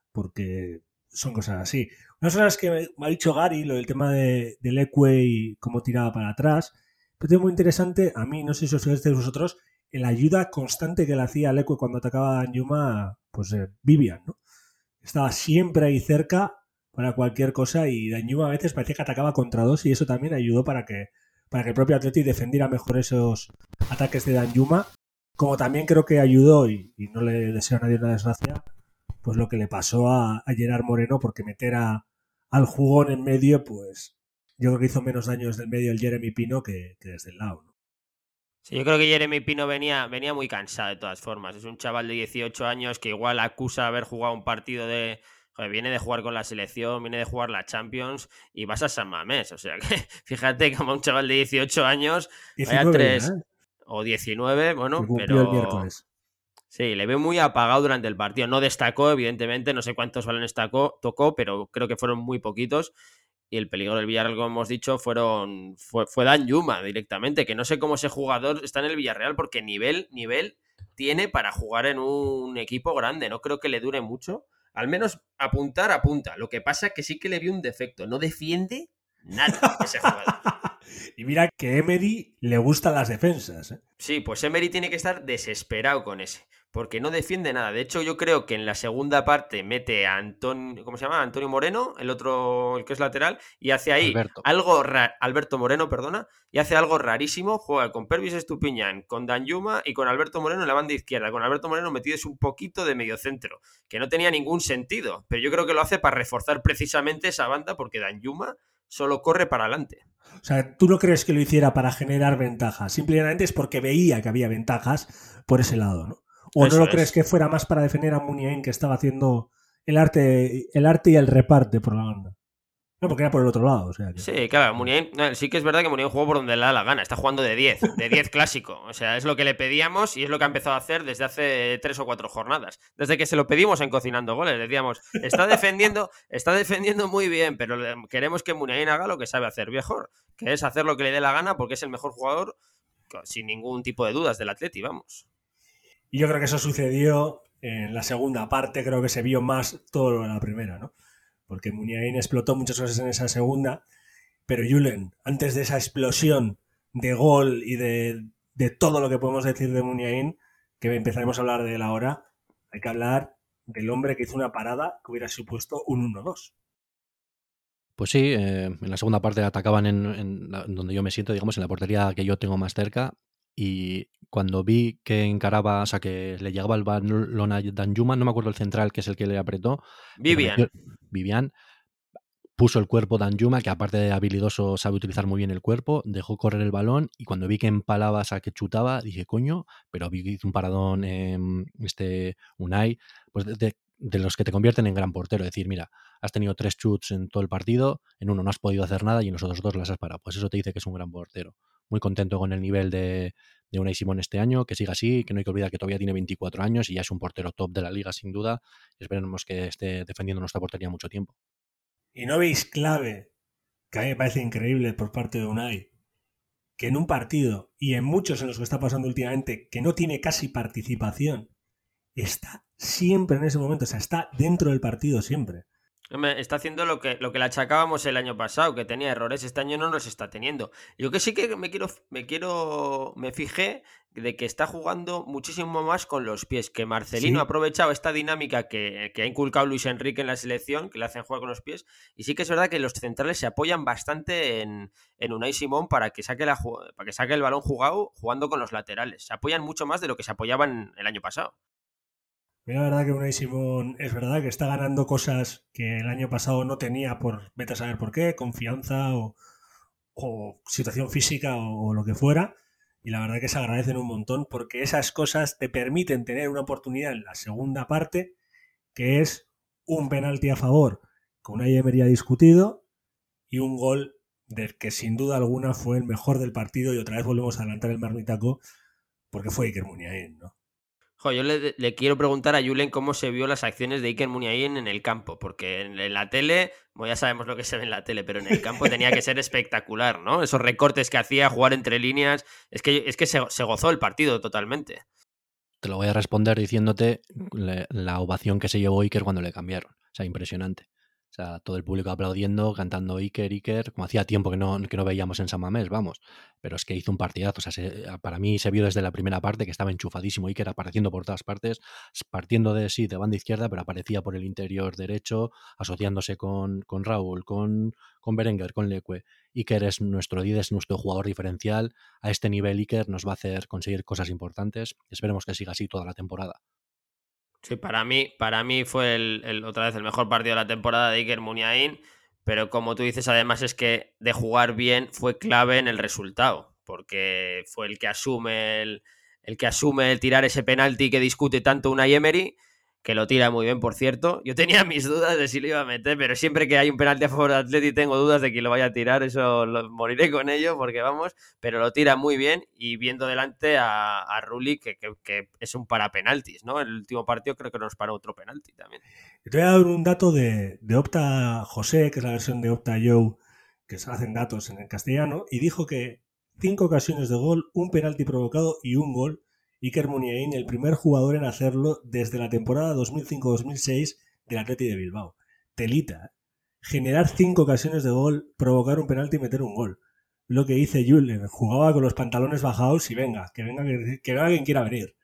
A: porque son cosas así. Una cosa es que me ha dicho Gary, lo del tema de, del Lecue y cómo tiraba para atrás, pero es muy interesante, a mí, no sé si os fijáis vosotros, en la ayuda constante que le hacía a Lecue cuando atacaba a Danjuma, pues eh, Vivian, ¿no? Estaba siempre ahí cerca para cualquier cosa, y Danjuma a veces parecía que atacaba contra dos, y eso también ayudó para que, para que el propio Atleti defendiera mejor esos ataques de Danjuma, como también creo que ayudó, y, y no le deseo a nadie una desgracia, pues lo que le pasó a, a Gerard Moreno, porque meter a, al jugón en medio, pues yo creo que hizo menos daño desde el medio el Jeremy Pino que, que desde el lado, ¿no?
C: Sí, yo creo que Jeremy Pino venía, venía muy cansado de todas formas. Es un chaval de dieciocho años que igual acusa haber jugado un partido de... Joder, viene de jugar con la selección, viene de jugar la Champions y vas a San Mamés. O sea que fíjate como un chaval de dieciocho años, vaya tres
A: ¿eh?
C: o diecinueve, bueno,
A: que cumplió
C: pero...
A: el miércoles.
C: Sí, le veo muy apagado durante el partido. No destacó, evidentemente, no sé cuántos balones tocó, tocó, pero creo que fueron muy poquitos. Y el peligro del Villarreal, como hemos dicho, fueron fue, fue Danjuma directamente, que no sé cómo ese jugador está en el Villarreal, porque nivel, nivel tiene para jugar en un equipo grande. No creo que le dure mucho. Al menos apuntar, apunta. Lo que pasa es que sí que le vi un defecto. No defiende nada ese jugador.
A: Y mira que Emery le gustan las defensas, ¿eh?
C: Sí, pues Emery tiene que estar desesperado con ese, porque no defiende nada. De hecho, yo creo que en la segunda parte mete a Antonio, ¿cómo se llama? Antonio Moreno, el otro, el que es lateral, y hace ahí
B: Alberto.
C: algo raro, Alberto Moreno, perdona, y hace algo rarísimo. Juega con Pervis Estupiñán, con Danjuma y con Alberto Moreno en la banda izquierda. Con Alberto Moreno metido es un poquito de mediocentro, que no tenía ningún sentido, pero yo creo que lo hace para reforzar precisamente esa banda, porque Danjuma solo corre para adelante.
A: O sea, ¿tú no crees que lo hiciera para generar ventajas? Simplemente es porque veía que había ventajas por ese lado, ¿no? ¿O
C: Eso
A: no lo
C: es.
A: crees que fuera más para defender a Muniain, que estaba haciendo el arte, el arte y el reparte por la banda? No, porque era por el otro lado, o sea que...
C: Sí, claro, Muniain, sí que es verdad que Muniain jugó por donde le da la gana, está jugando de diez, de diez clásico, o sea, es lo que le pedíamos y es lo que ha empezado a hacer desde hace tres o cuatro jornadas, desde que se lo pedimos en Cocinando Goles, decíamos, está defendiendo, está defendiendo muy bien, pero queremos que Muniain haga lo que sabe hacer mejor, que es hacer lo que le dé la gana, porque es el mejor jugador, sin ningún tipo de dudas, del Atleti, vamos.
A: Y yo creo que eso sucedió en la segunda parte, creo que se vio más todo lo de la primera, ¿no? Porque Muniain explotó muchas cosas en esa segunda, pero Julen, antes de esa explosión de gol y de, de todo lo que podemos decir de Muniain, que empezaremos a hablar de él ahora, hay que hablar del hombre que hizo una parada que hubiera supuesto un uno dos.
B: Pues sí, eh, en la segunda parte atacaban en, en la- en donde yo me siento, digamos, en la portería que yo tengo más cerca. Y cuando vi que encaraba, o sea, que le llegaba el balón a Danjuma, no me acuerdo el central que es el que le apretó, pero
C: Vivian.
B: metió, Vivian puso el cuerpo Danjuma, que aparte de habilidoso sabe utilizar muy bien el cuerpo, dejó correr el balón y cuando vi que empalaba, o sea, que chutaba, dije, coño, pero vi que hizo un paradón eh, este Unai, pues de, de- de los que te convierten en gran portero. Es decir, mira, has tenido tres chuts en todo el partido, en uno no has podido hacer nada y en los otros dos las has parado. Pues eso te dice que es un gran portero. Muy contento con el nivel de, de Unai Simón este año, que siga así, que no hay que olvidar que todavía tiene veinticuatro años y ya es un portero top de la liga sin duda. Y esperemos que esté defendiendo nuestra portería mucho tiempo.
A: ¿Y no veis clave, que a mí me parece increíble por parte de Unai, que en un partido, y en muchos en los que está pasando últimamente, que no tiene casi participación, está siempre en ese momento, o sea, está dentro del partido siempre?
C: Hombre, está haciendo lo que, lo que le achacábamos el año pasado, que tenía errores, este año no los está teniendo. Yo que sí que me quiero, me quiero, me fijé de que está jugando muchísimo más con los pies, que Marcelino
A: Sí.
C: ha aprovechado esta dinámica que, que ha inculcado Luis Enrique en la selección, que le hacen jugar con los pies, y sí que es verdad que los centrales se apoyan bastante en, en Unai Simón para que saque la, para que saque el balón jugado jugando con los laterales. Se apoyan mucho más de lo que se apoyaban el año pasado.
A: Mira, la verdad que Unai Simón es verdad que está ganando cosas que el año pasado no tenía por vete a saber por qué, confianza o, o situación física o, o lo que fuera. Y la verdad que se agradecen un montón porque esas cosas te permiten tener una oportunidad en la segunda parte, que es un penalti a favor con una Emery ha discutido y un gol del que sin duda alguna fue el mejor del partido. Y otra vez volvemos a adelantar el marmitaco porque fue Iker Muniain, ¿no?
C: Jo, yo le, le quiero preguntar a Julen cómo se vio las acciones de Iker Muniain en el campo, porque en, en la tele, bueno, ya sabemos lo que se ve en la tele, pero en el campo tenía que ser espectacular, ¿no? Esos recortes que hacía, jugar entre líneas, es que, es que se, se gozó el partido totalmente.
B: Te lo voy a responder diciéndote le, la ovación que se llevó Iker cuando le cambiaron. O sea, impresionante. O sea, todo el público aplaudiendo, cantando Iker, Iker, como hacía tiempo que no, que no veíamos en San Mamés, vamos. Pero es que hizo un partidazo. O sea, se, para mí se vio desde la primera parte que estaba enchufadísimo Iker, apareciendo por todas partes, partiendo de sí, de banda izquierda, pero aparecía por el interior derecho, asociándose con, con Raúl, con, con Berenguer, con Leque. Iker es nuestro diez, es nuestro jugador diferencial. A este nivel Iker nos va a hacer conseguir cosas importantes. Esperemos que siga así toda la temporada.
C: Sí, para mí, para mí fue el, el, otra vez el mejor partido de la temporada de Iker Muniain, pero como tú dices, además es que de jugar bien fue clave en el resultado, porque fue el que asume el, el que asume el tirar ese penalti que discute tanto Unai Emery, que lo tira muy bien, por cierto. Yo tenía mis dudas de si lo iba a meter, pero siempre que hay un penalti a favor de Atleti tengo dudas de que lo vaya a tirar, eso lo, moriré con ello, porque vamos, pero lo tira muy bien y viendo delante a, a Rulli, que, que, que es un parapenaltis, ¿no? El último partido creo que nos paró otro penalti también.
A: Te voy a dar un dato de, de Opta José, que es la versión de Opta Joe, que se hacen datos en el castellano, y dijo que cinco ocasiones de gol, un penalti provocado y un gol. Iker Muniain, el primer jugador en hacerlo desde la temporada dos mil cinco dos mil seis del Atleti de Bilbao. Telita, ¿eh? Generar cinco ocasiones de gol, provocar un penalti y meter un gol. Lo que dice Julen, jugaba con los pantalones bajados y venga, que venga, que, que venga quien quiera venir.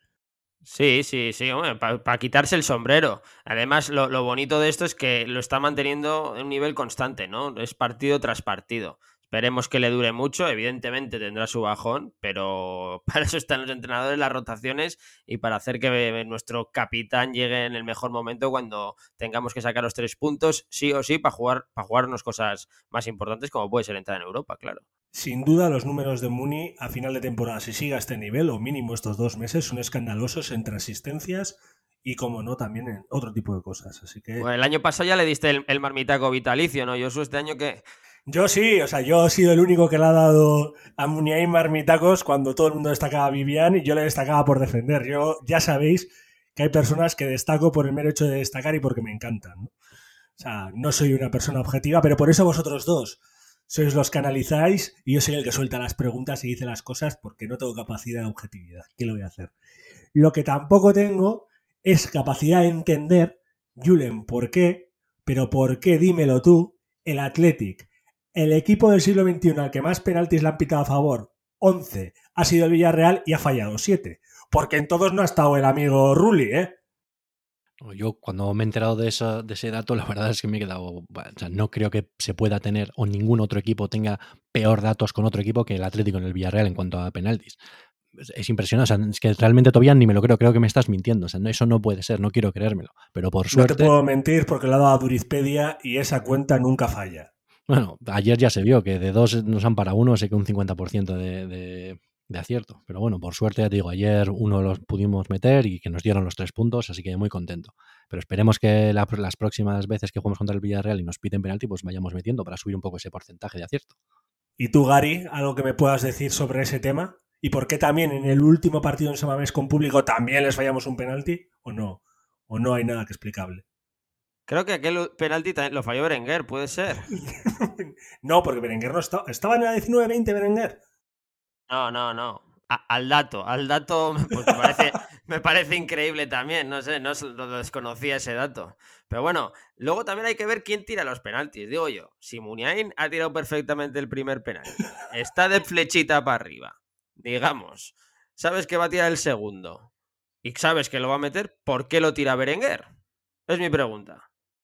C: Sí, sí, sí, para pa quitarse el sombrero. Además, lo, lo bonito de esto es que lo está manteniendo en un nivel constante, ¿no? Es partido tras partido. Esperemos que le dure mucho, evidentemente tendrá su bajón, pero para eso están los entrenadores, las rotaciones y para hacer que nuestro capitán llegue en el mejor momento cuando tengamos que sacar los tres puntos, sí o sí, para jugar, para jugarnos cosas más importantes como puede ser entrar en Europa, claro.
A: Sin duda los números de Muni a final de temporada, si sigue a este nivel, o mínimo estos dos meses, son escandalosos entre asistencias y, como no, también en otro tipo de cosas. Así que...
C: Bueno, el año pasado ya le diste el, el marmitaco vitalicio, ¿no? Yo este año que...
A: Yo sí, o sea, yo he sido el único que le ha dado a Muniain marmitacos cuando todo el mundo destacaba a Vivian y yo le destacaba por defender. Yo ya sabéis que hay personas que destaco por el mero hecho de destacar y porque me encantan, ¿no? O sea, no soy una persona objetiva, pero por eso vosotros dos sois los que analizáis y yo soy el que suelta las preguntas y dice las cosas porque no tengo capacidad de objetividad. ¿Qué lo voy a hacer? Lo que tampoco tengo es capacidad de entender, Julen, ¿por qué? Pero ¿por qué? Dímelo tú, el Athletic, el equipo del siglo veintiuno al que más penaltis le han pitado a favor, once, ha sido el Villarreal y ha fallado siete. Porque en todos no ha estado el amigo Rulli, ¿eh?
B: Yo cuando me he enterado de, eso, de ese dato, la verdad es que me he quedado... O sea, no creo que se pueda tener o ningún otro equipo tenga peor datos con otro equipo que el Atlético en el Villarreal en cuanto a penaltis. Es, es impresionante, o sea, es que realmente todavía ni me lo creo, creo que me estás mintiendo, o sea, no, eso no puede ser, no quiero creérmelo, pero por suerte...
A: No te puedo mentir porque lo ha dado a Durizpedia y esa cuenta nunca falla.
B: Bueno, ayer ya se vio que de dos nos han para uno, sé que un cincuenta por ciento de... de de acierto, pero bueno, por suerte, ya te digo, ayer uno los pudimos meter y que nos dieron los tres puntos, así que muy contento. Pero esperemos que la, las próximas veces que juguemos contra el Villarreal y nos piten penalti, pues vayamos metiendo para subir un poco ese porcentaje de acierto.
A: ¿Y tú, Gary, algo que me puedas decir sobre ese tema? ¿Y por qué también en el último partido en Samamés con público también les fallamos un penalti? ¿O no? ¿O no hay nada que explicable?
C: Creo que aquel penalti lo falló Berenguer, puede ser.
A: No, porque Berenguer no estaba. ¿Estaba en la diecinueve veinte Berenguer?
C: No, no, no. A, al dato, al dato pues me, parece, me parece increíble también, no sé, no lo desconocía ese dato. Pero bueno, luego también hay que ver quién tira los penaltis. Digo yo, si Muniain ha tirado perfectamente el primer penalti, está de flechita para arriba, digamos, sabes que va a tirar el segundo y sabes que lo va a meter, ¿por qué lo tira Berenguer? Es mi pregunta.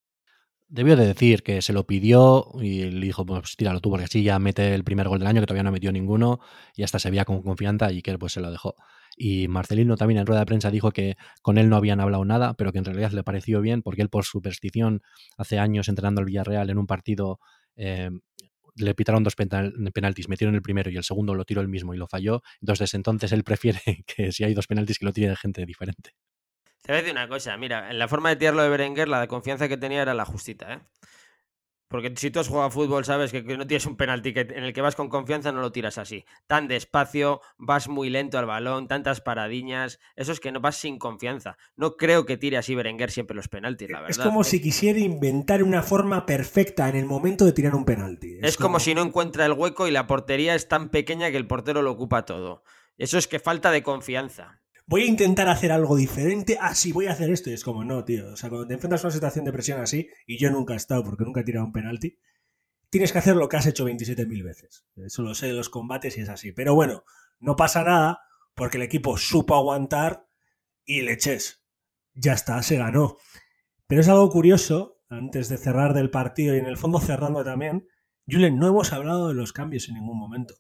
B: Debió de decir que se lo pidió y le dijo, pues tíralo tú, porque así ya mete el primer gol del año, que todavía no metió ninguno, y hasta se veía con confianza y que pues se lo dejó. Y Marcelino también en rueda de prensa dijo que con él no habían hablado nada, pero que en realidad le pareció bien, porque él por superstición, hace años entrenando al Villarreal en un partido, eh, le pitaron dos penaltis, metieron el primero y el segundo lo tiró él mismo y lo falló. Entonces desde entonces él prefiere que si hay dos penaltis que lo tire gente diferente.
C: Te voy a decir una cosa, mira, en la forma de tirarlo de Berenguer, la de confianza que tenía era la justita, ¿eh? Porque si tú has jugado a fútbol, sabes que no tienes un penalti que, en el que vas con confianza, no lo tiras así. Tan despacio, vas muy lento al balón, tantas paradiñas. Eso es que no vas sin confianza. No creo que tire así Berenguer siempre los penaltis, la verdad.
A: Es como si quisiera inventar una forma perfecta en el momento de tirar un penalti.
C: Es, es como... como si no encuentra el hueco y la portería es tan pequeña que el portero lo ocupa todo. Eso es que falta de confianza.
A: Voy a intentar hacer algo diferente, ah, sí, voy a hacer esto. Y es como, no, tío, o sea, cuando te enfrentas a una situación de presión así, y yo nunca he estado porque nunca he tirado un penalti, tienes que hacer lo que has hecho veintisiete mil veces. Eso lo sé de los combates y es así. Pero bueno, no pasa nada porque el equipo supo aguantar y le eches. Ya está, se ganó. Pero es algo curioso, antes de cerrar del partido y en el fondo cerrando también, Julen, no hemos hablado de los cambios en ningún momento.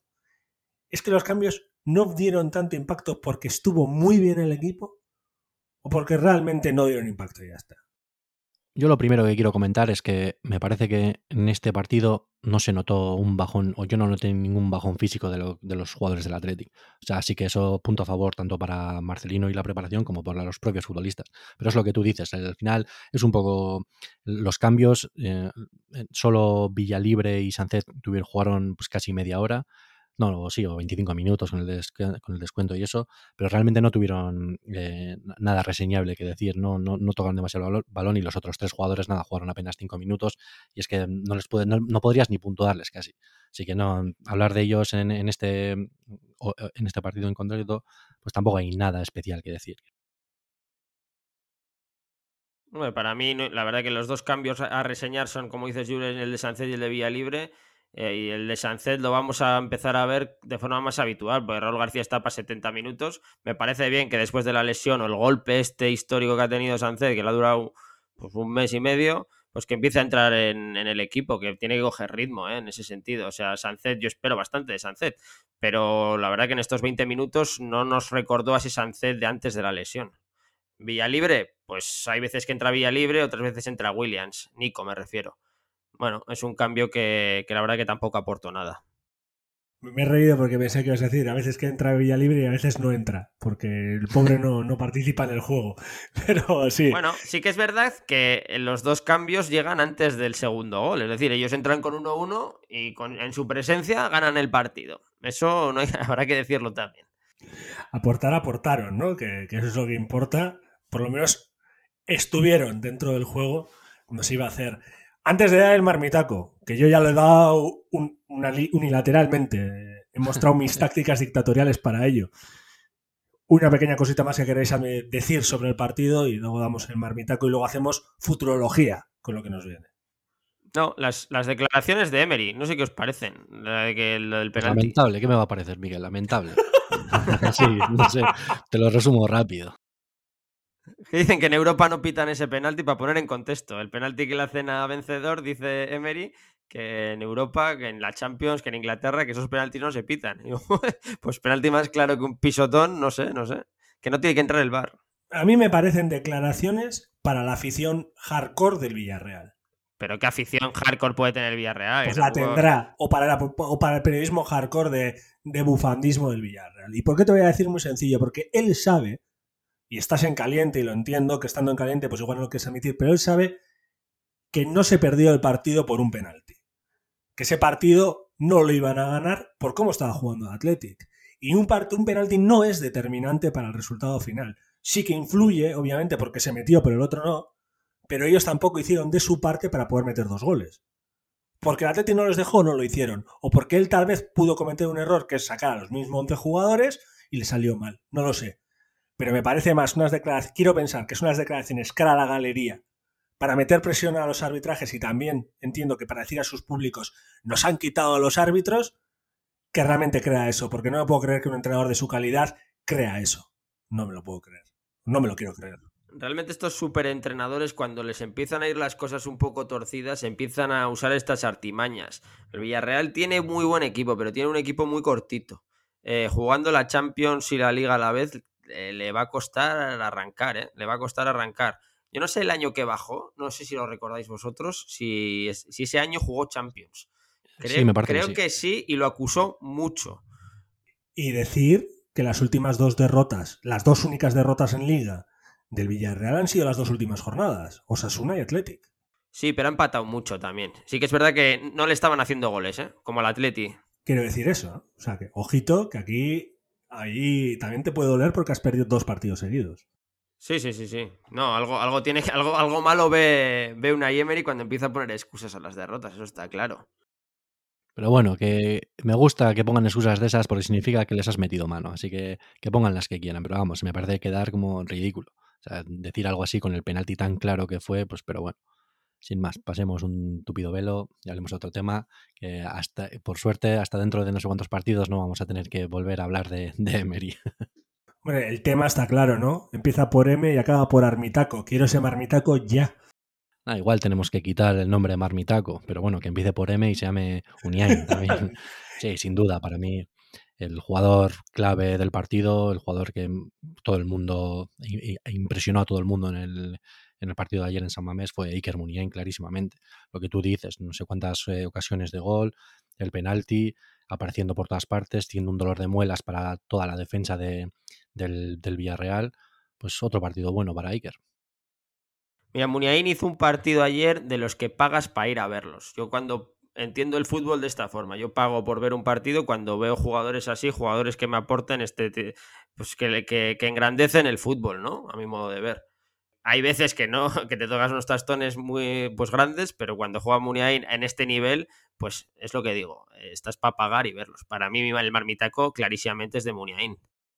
A: Es que los cambios no dieron tanto impacto porque estuvo muy bien el equipo o porque realmente no dieron impacto y ya está.
B: Yo lo primero que quiero comentar es que me parece que en este partido no se notó un bajón, o yo no noté ningún bajón físico de, lo, de los jugadores del Athletic. O sea, así que eso punto a favor tanto para Marcelino y la preparación como para los propios futbolistas. Pero es lo que tú dices, al final es un poco los cambios, eh, solo Villalibre y Sánchez tuvieron, jugaron pues casi media hora. No, sí, o veinticinco minutos con el, des, con el descuento y eso, pero realmente no tuvieron eh, nada reseñable que decir, no, no, no tocaron demasiado el balón y los otros tres jugadores nada, jugaron apenas cinco minutos y es que no les puede, no, no podrías ni puntuarles casi. Así que no, hablar de ellos en, en, este, en este partido en concreto, pues tampoco hay nada especial que decir.
C: Bueno, para mí, la verdad que los dos cambios a reseñar son, como dices, Julen, el de Sánchez y el de Villalibre. Eh, y el de Sánchez lo vamos a empezar a ver de forma más habitual, porque Raúl García está para setenta minutos. Me parece bien que después de la lesión o el golpe este histórico que ha tenido Sánchez, que le ha durado pues, un mes y medio, pues que empiece a entrar en, en el equipo, que tiene que coger ritmo, ¿eh? En ese sentido. O sea, Sánchez, yo espero bastante de Sánchez, pero la verdad que en estos veinte minutos no nos recordó a ese Sánchez de antes de la lesión. Villalibre, pues hay veces que entra Villalibre, otras veces entra Williams, Nico me refiero. Bueno, es un cambio que, que la verdad que tampoco aportó nada.
A: Me he reído porque pensé que ibas a decir, a veces que entra Villalibre y a veces no entra, porque el pobre no, no participa en el juego. Pero sí.
C: Bueno, sí que es verdad que los dos cambios llegan antes del segundo gol. Es decir, ellos entran con uno uno y con, en su presencia ganan el partido. Eso no hay, habrá que decirlo también.
A: Aportar, aportaron, ¿no? Que, que eso es lo que importa. Por lo menos estuvieron dentro del juego cuando se iba a hacer. Antes de dar el marmitaco, que yo ya lo he dado un, una, unilateralmente, he mostrado mis tácticas dictatoriales para ello. Una pequeña cosita más que queréis decir sobre el partido y luego damos el marmitaco y luego hacemos futurología con lo que nos viene.
C: No, las, las declaraciones de Emery, no sé qué os parecen. La de que, lo del penalti.
B: Lamentable, ¿qué me va a parecer, Miguel? Lamentable. Sí, no sé, te lo resumo rápido.
C: Dicen que en Europa no pitan ese penalti para poner en contexto. El penalti que le hacen a Vencedor, dice Emery, que en Europa, que en la Champions, que en Inglaterra, que esos penaltis no se pitan. Pues penalti más claro que un pisotón, no sé, no sé. Que no tiene que entrar el V A R.
A: A mí me parecen declaraciones para la afición hardcore del Villarreal.
C: Pero qué afición hardcore puede tener el Villarreal.
A: Pues la tampoco... tendrá, o para, la, o para el periodismo hardcore de, de bufandismo del Villarreal. ¿Y por qué te voy a decir? Muy sencillo, porque él sabe, y estás en caliente, y lo entiendo, que estando en caliente pues igual no lo quieres admitir, pero él sabe que no se perdió el partido por un penalti. Que ese partido no lo iban a ganar por cómo estaba jugando el Athletic. Y un, part- un penalti no es determinante para el resultado final. Sí que influye, obviamente, porque se metió, pero el otro no. Pero ellos tampoco hicieron de su parte para poder meter dos goles. Porque el Athletic no les dejó, no lo hicieron. O porque él tal vez pudo cometer un error que es sacar a los mismos once jugadores y le salió mal. No lo sé. Pero me parece más unas declaraciones... Quiero pensar que son unas declaraciones cara a la galería para meter presión a los arbitrajes y también entiendo que para decir a sus públicos nos han quitado a los árbitros, que realmente crea eso. Porque no me puedo creer que un entrenador de su calidad crea eso. No me lo puedo creer. No me lo quiero creer.
C: Realmente estos superentrenadores, cuando les empiezan a ir las cosas un poco torcidas, empiezan a usar estas artimañas. El Villarreal tiene muy buen equipo, pero tiene un equipo muy cortito. Eh, jugando la Champions y la Liga a la vez, eh, le va a costar arrancar, ¿eh? Le va a costar arrancar. Yo no sé el año que bajó, no sé si lo recordáis vosotros, si, si ese año jugó Champions. Creo,
B: sí, me parece
C: creo
B: que sí.
C: que sí, y lo acusó mucho.
A: Y decir que las últimas dos derrotas, las dos únicas derrotas en Liga del Villarreal han sido las dos últimas jornadas, Osasuna y Athletic.
C: Sí, pero ha empatado mucho también. Sí que es verdad que no le estaban haciendo goles, ¿eh? Como al Atleti.
A: Quiero decir eso, ¿no? O sea que, ojito, que aquí ahí también te puede doler porque has perdido dos partidos seguidos.
C: Sí, sí, sí, sí. No, algo, algo tiene que, algo, algo malo ve, ve una Emery cuando empieza a poner excusas a las derrotas, eso está claro.
B: Pero bueno, que me gusta que pongan excusas de esas porque significa que les has metido mano. Así que que pongan las que quieran. Pero vamos, me parece quedar como ridículo. O sea, decir algo así con el penalti tan claro que fue, pues pero bueno. Sin más, pasemos un tupido velo y hablemos de otro tema que hasta, por suerte, hasta dentro de no sé cuántos partidos no vamos a tener que volver a hablar de, de Emery.
A: Bueno, el tema está claro, ¿no? Empieza por M y acaba por Armitaco. Quiero ese Marmitaco ya.
B: Ah, igual tenemos que quitar el nombre de Marmitaco, pero bueno, que empiece por M y se llame Uniain también. Sí, sin duda, para mí el jugador clave del partido, el jugador que todo el mundo impresionó a todo el mundo en el, en el partido de ayer en San Mamés fue Iker Muniain, clarísimamente. Lo que tú dices, no sé cuántas eh, ocasiones de gol, el penalti, apareciendo por todas partes, siendo un dolor de muelas para toda la defensa de, del, del Villarreal, pues otro partido bueno para Iker.
C: Mira, Muniain hizo un partido ayer de los que pagas para ir a verlos. Yo cuando entiendo el fútbol de esta forma, yo pago por ver un partido cuando veo jugadores así, jugadores que me aporten este, pues que, que, que engrandecen el fútbol, ¿no? A mi modo de ver. Hay veces que no, que te tocas unos tastones muy pues grandes, pero cuando juega Muniain en este nivel, pues es lo que digo, estás para pagar y verlos. Para mí el Marmitaco clarísimamente es de Muniain.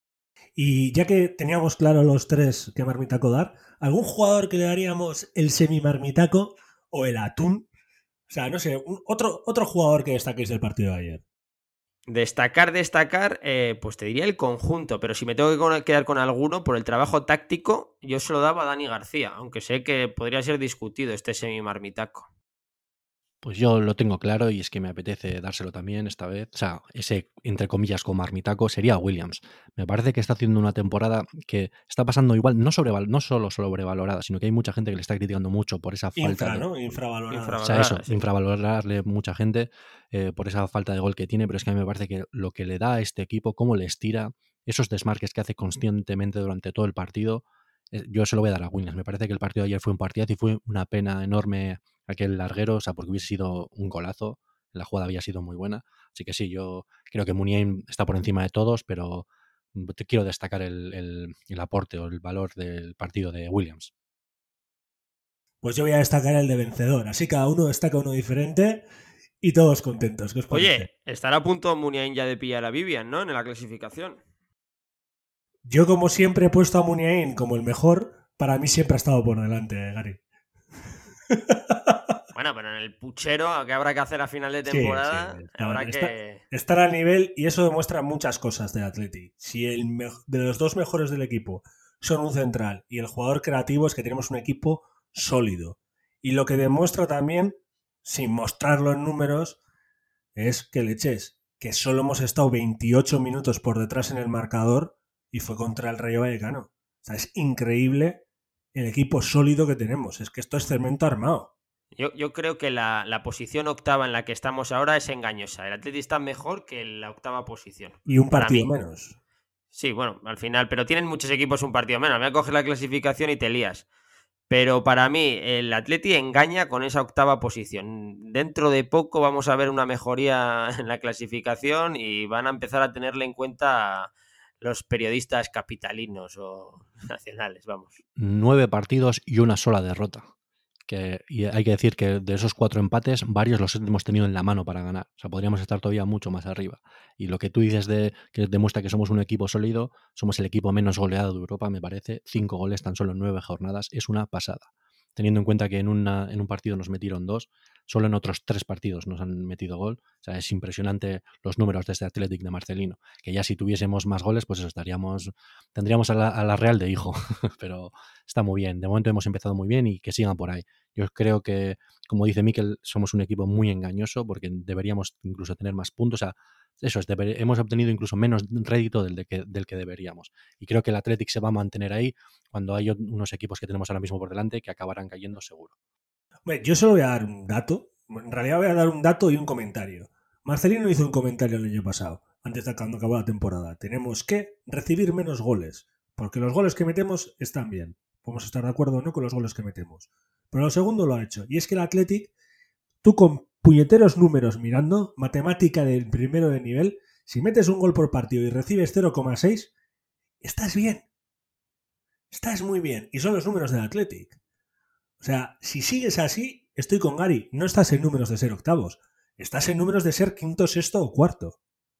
A: Y ya que teníamos claro los tres que Marmitaco dar, ¿algún jugador que le daríamos el semi-Marmitaco o el atún? O sea, no sé, un, otro, otro jugador que destaquéis del partido de ayer.
C: Destacar, destacar, eh, pues te diría el conjunto, pero si me tengo que quedar con alguno, por el trabajo táctico, yo se lo daba a Dani García, aunque sé que podría ser discutido este semi-Marmitaco.
B: Pues yo lo tengo claro y es que me apetece dárselo también esta vez. O sea, ese, entre comillas, con Marmitaco sería Williams. Me parece que está haciendo una temporada que está pasando igual, no, sobreval no solo sobrevalorada, sino que hay mucha gente que le está criticando mucho por esa falta
A: Infra,
B: de...
A: ¿no? Infravalorada.
B: Infravalorada. O sea, eso, sí. infravalorarle mucha gente eh, por esa falta de gol que tiene, pero es que a mí me parece que lo que le da a este equipo, cómo le estira, esos desmarques que hace constantemente durante todo el partido, eh, yo se lo voy a dar a Williams. Me parece que el partido de ayer fue un partidazo y fue una pena enorme aquel larguero, o sea, porque hubiese sido un golazo, la jugada había sido muy buena, así que sí, yo creo que Muniain está por encima de todos, pero te quiero destacar el, el, el aporte o el valor del partido de Williams.
A: Pues yo voy a destacar el de Vencedor, así cada uno destaca uno diferente y todos contentos. ¿Qué os parece?
C: Oye, estará a punto Muniain ya de pillar a Vivian, ¿no? En la clasificación.
A: Yo, como siempre, he puesto a Muniain como el mejor, para mí siempre ha estado por delante, Gary.
C: Bueno, pero en el puchero que habrá que hacer a final de temporada, sí, sí, está, habrá
A: está,
C: que...
A: estar al nivel, y eso demuestra muchas cosas del Atleti. Si el de los dos mejores del equipo son un central y el jugador creativo es que tenemos un equipo sólido. Y lo que demuestra también, sin mostrarlo en números, es que leches, que solo hemos estado veintiocho minutos por detrás en el marcador y fue contra el Rayo Vallecano. O sea, es increíble el equipo sólido que tenemos. Es que esto es cemento armado.
C: Yo, yo creo que la, la posición octava en la que estamos ahora es engañosa. El Atleti está mejor que la octava posición.
A: Y un
C: para
A: partido
C: mí.
A: menos.
C: Sí, bueno, al final, pero tienen muchos equipos un partido menos. Voy a coger la clasificación y te lías. Pero para mí, el Atleti engaña con esa octava posición. Dentro de poco vamos a ver una mejoría en la clasificación y van a empezar a tenerle en cuenta los periodistas capitalinos o nacionales, vamos.
B: Nueve partidos y una sola derrota. Que, y hay que decir que de esos cuatro empates, varios los hemos tenido en la mano para ganar. O sea, podríamos estar todavía mucho más arriba. Y lo que tú dices de que demuestra que somos un equipo sólido, somos el equipo menos goleado de Europa, me parece. Cinco goles tan solo en nueve jornadas. Es una pasada. Teniendo en cuenta que en, una, en un partido nos metieron dos, solo en otros tres partidos nos han metido gol. O sea, es impresionante los números de este Athletic de Marcelino. Que ya si tuviésemos más goles, pues eso, estaríamos, tendríamos a la, a la Real de hijo. Pero está muy bien. De momento hemos empezado muy bien y que sigan por ahí. Yo creo que, como dice Mikel, somos un equipo muy engañoso porque deberíamos incluso tener más puntos. O sea, eso es, deber, hemos obtenido incluso menos rédito del, de que, del que deberíamos. Y creo que el Athletic se va a mantener ahí cuando hay unos equipos que tenemos ahora mismo por delante que acabarán cayendo seguro.
A: Bueno, yo solo voy a dar un dato. En realidad voy a dar un dato y un comentario. Marcelino hizo un comentario el año pasado, antes de cuando acabó la temporada. Tenemos que recibir menos goles, porque los goles que metemos están bien. Podemos estar de acuerdo o no con los goles que metemos. Pero lo segundo lo ha hecho. Y es que el Athletic, tú con puñeteros números mirando, matemática del primero de nivel, si metes un gol por partido y recibes cero coma seis, estás bien. Estás muy bien. Y son los números del Athletic. O sea, si sigues así, estoy con Gary. No estás en números de ser octavos. Estás en números de ser quinto, sexto o cuarto.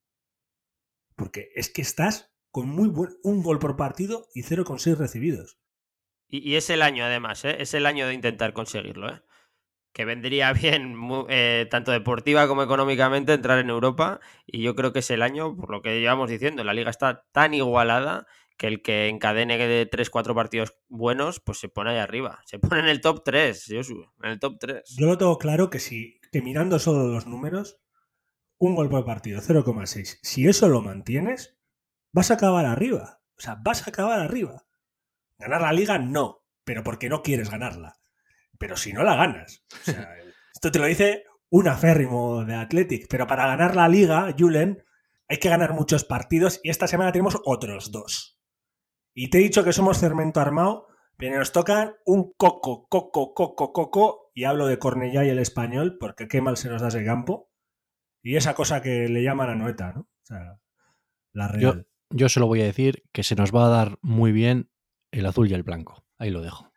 A: Porque es que estás con muy buen un gol por partido y cero coma seis recibidos.
C: Y, y es el año, además, ¿eh? Es el año de intentar conseguirlo, ¿eh? Que vendría bien, eh, tanto deportiva como económicamente, entrar en Europa. Y yo creo que es el año, por lo que llevamos diciendo, la liga está tan igualada que el que encadene de tres cuatro partidos buenos, pues se pone ahí arriba. Se pone en el top tres, Josu, en el top tres.
A: Yo lo tengo claro que si, que mirando solo los números, un gol por partido, cero coma seis, si eso lo mantienes, vas a acabar arriba. O sea, vas a acabar arriba. Ganar la liga, no, pero porque no quieres ganarla. Pero si no la ganas. O sea, esto te lo dice un aférrimo de Athletic. Pero para ganar la liga, Julen, hay que ganar muchos partidos y esta semana tenemos otros dos. Y te he dicho que somos cemento armado, pero nos tocan un coco, coco, coco, coco, y hablo de Cornellá y el Español, porque qué mal se nos da ese campo. Y esa cosa que le llaman a Noeta, ¿no? O sea, la Real.
B: Yo, yo se lo voy a decir que se nos va a dar muy bien el azul y el blanco. Ahí lo dejo.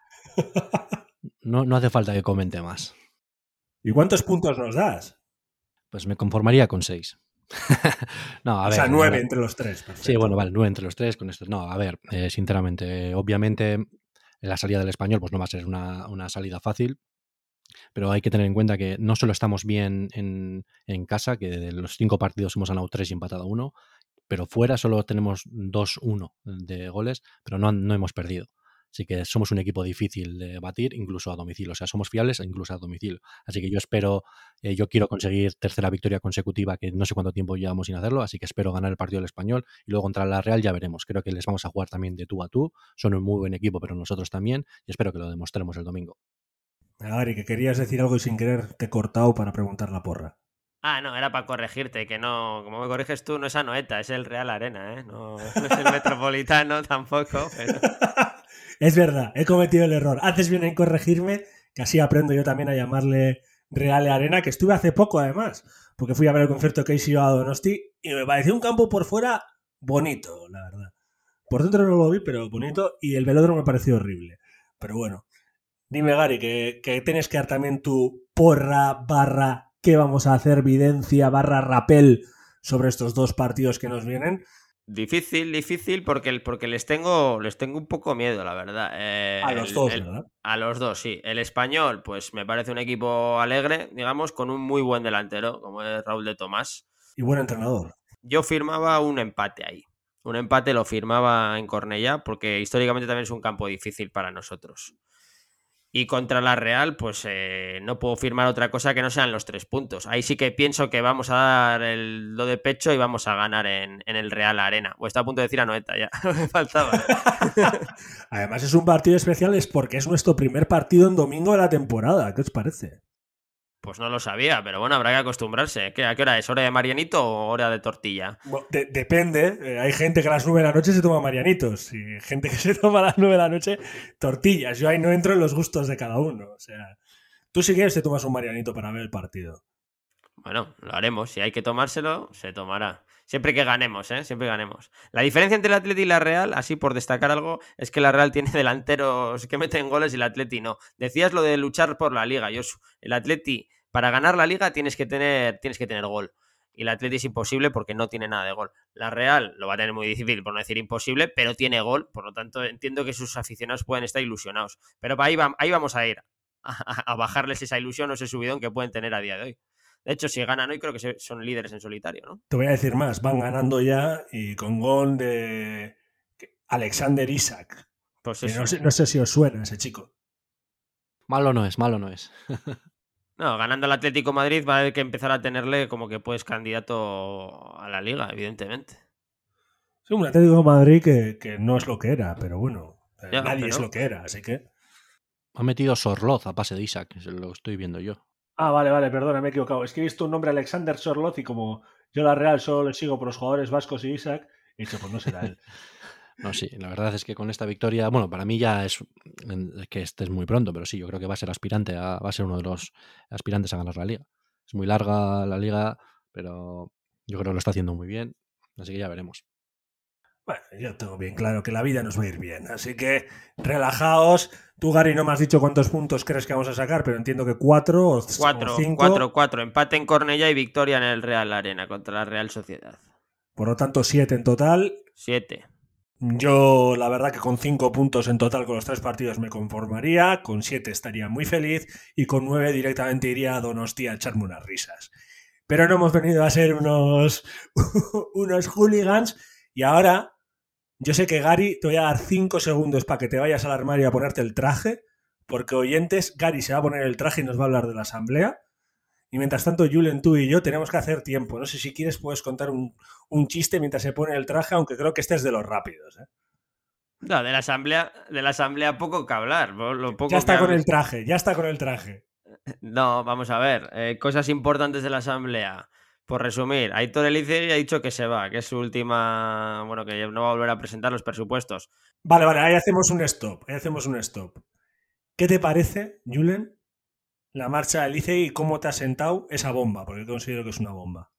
B: No, no hace falta que comente más.
A: ¿Y cuántos puntos nos das?
B: Pues me conformaría con seis. No, a
A: o
B: ver,
A: sea, nueve
B: ver.
A: entre los tres. Perfecto.
B: Sí, bueno, vale, nueve entre los tres con esto. No, a ver, eh, sinceramente, obviamente la salida del Español pues no va a ser una, una salida fácil, pero hay que tener en cuenta que no solo estamos bien en, en casa, que de los cinco partidos hemos ganado tres y empatado uno, pero fuera solo tenemos dos uno de goles, pero no, no hemos perdido. Así que somos un equipo difícil de batir, incluso a domicilio. O sea, somos fiables incluso a domicilio. Así que yo espero, eh, yo quiero conseguir tercera victoria consecutiva, que no sé cuánto tiempo llevamos sin hacerlo, así que espero ganar el partido del Español y luego contra la Real ya veremos. Creo que les vamos a jugar también de tú a tú. Son un muy buen equipo, pero nosotros también, y espero que lo demostremos el domingo.
A: Gary, que querías decir algo y sin querer te he cortado para preguntar la porra.
C: Ah, no, era para corregirte, que no, como me corriges tú, no es Anoeta, es el Real Arena, ¿eh? No, no es el Metropolitano tampoco, pero...
A: Es verdad, he cometido el error. Haces bien en corregirme, que así aprendo yo también a llamarle Real Arena, que estuve hace poco además, porque fui a ver el concierto que hizo a Donosti y me pareció un campo por fuera bonito, la verdad. Por dentro no lo vi, pero bonito, y el velódromo me pareció horrible. Pero bueno, dime Gary, que, que tienes que dar también tu porra barra qué vamos a hacer, videncia barra rapel sobre estos dos partidos que nos vienen.
C: Difícil, difícil, porque, porque les tengo les tengo un poco miedo, la verdad. Eh,
A: a los
C: el,
A: dos,
C: el,
A: ¿verdad?
C: A los dos, sí. El Español, pues me parece un equipo alegre, digamos, con un muy buen delantero, como es Raúl de Tomás.
A: Y buen entrenador.
C: Yo firmaba un empate ahí. Un empate lo firmaba en Cornellá porque históricamente también es un campo difícil para nosotros. Y contra la Real, pues eh, no puedo firmar otra cosa que no sean los tres puntos. Ahí sí que pienso que vamos a dar el do de pecho y vamos a ganar en, en el Real Arena. O está a punto de decir Anoeta ya, me faltaba.
A: Además es un partido especial, es porque es nuestro primer partido en domingo de la temporada. ¿Qué os parece?
C: Pues no lo sabía, pero bueno, habrá que acostumbrarse. ¿Qué, ¿A qué hora es? ¿Hora de Marianito o hora de tortilla?
A: Bueno, de- depende. Eh, hay gente que a las nueve de la noche se toma marianitos y gente que se toma a las nueve de la noche tortillas. Yo ahí no entro en los gustos de cada uno. O sea, tú si quieres te tomas un marianito para ver el partido.
C: Bueno, lo haremos. Si hay que tomárselo, se tomará. Siempre que ganemos, ¿eh? Siempre ganemos. La diferencia entre el Atleti y la Real, así por destacar algo, es que la Real tiene delanteros que meten goles y el Atleti no. Decías lo de luchar por la Liga, Josu. El Atleti, para ganar la Liga tienes que tener, tienes que tener gol. Y el Atleti es imposible porque no tiene nada de gol. La Real lo va a tener muy difícil, por no decir imposible, pero tiene gol. Por lo tanto, entiendo que sus aficionados pueden estar ilusionados. Pero ahí, va, ahí vamos a ir, a, a bajarles esa ilusión o ese subidón que pueden tener a día de hoy. De hecho, si ganan hoy, creo que son líderes en solitario, ¿no?
A: Te voy a decir más, van ganando ya y con gol de Alexander Isak.
C: Pues
A: Que
C: eso.
A: no sé, no sé si os suena ese chico.
B: Malo no es, malo no es.
C: No, ganando el Atlético de Madrid va a haber que empezar a tenerle como que pues candidato a la Liga, evidentemente.
A: Sí, un Atlético de Madrid que, que no es lo que era, pero bueno,
C: Ya,
A: nadie
C: pero-
A: es lo que era, así que...
B: Ha metido Sorloz a pase de Isaac, eso lo estoy viendo yo.
A: Ah, vale, vale, perdona, me he equivocado. Es que he visto un nombre Alexander Sorloz y como yo la Real solo le sigo por los jugadores vascos y Isaac, he dicho, pues no será él.
B: No, sí, la verdad es que con esta victoria, bueno, para mí ya es que este es muy pronto, pero sí, yo creo que va a ser aspirante, a, va a ser uno de los aspirantes a ganar la liga. Es muy larga la liga, pero yo creo que lo está haciendo muy bien, así que ya veremos.
A: Bueno, yo tengo bien claro que la vida nos va a ir bien, así que relajaos. Tú, Gary, no me has dicho cuántos puntos crees que vamos a sacar, pero entiendo que cuatro o,
C: Cuatro,
A: o cinco.
C: cuatro, cuatro. Empate en Cornellá y victoria en el Real Arena contra la Real Sociedad.
A: Por lo tanto, siete en total.
C: Siete.
A: Yo, la verdad, que con cinco puntos en total con los tres partidos me conformaría. Con siete estaría muy feliz. Y con nueve directamente iría a Donostia a echarme unas risas. Pero no hemos venido a ser unos, unos hooligans. Y ahora, yo sé que Gary, te voy a dar cinco segundos para que te vayas al armario a ponerte el traje. Porque oyentes, Gary se va a poner el traje y nos va a hablar de la asamblea. Y mientras tanto, Julen, tú y yo tenemos que hacer tiempo. No sé si quieres, puedes contar un, un chiste mientras se pone el traje, aunque creo que este es de los rápidos. ¿eh?
C: No, de la asamblea, de la asamblea poco que hablar. Lo poco
A: Ya está
C: que
A: con
C: hables-
A: el traje, ya está con el traje.
C: No, vamos a ver. eh, cosas importantes de la asamblea. Por resumir, Aitor Elizegui ha dicho que se va, que es su última. Bueno, que no va a volver a presentar los presupuestos.
A: Vale, vale, ahí hacemos un stop. Ahí hacemos un stop. ¿Qué te parece, Julen, la marcha de Licey y cómo te ha sentado esa bomba? Porque considero que es una bomba.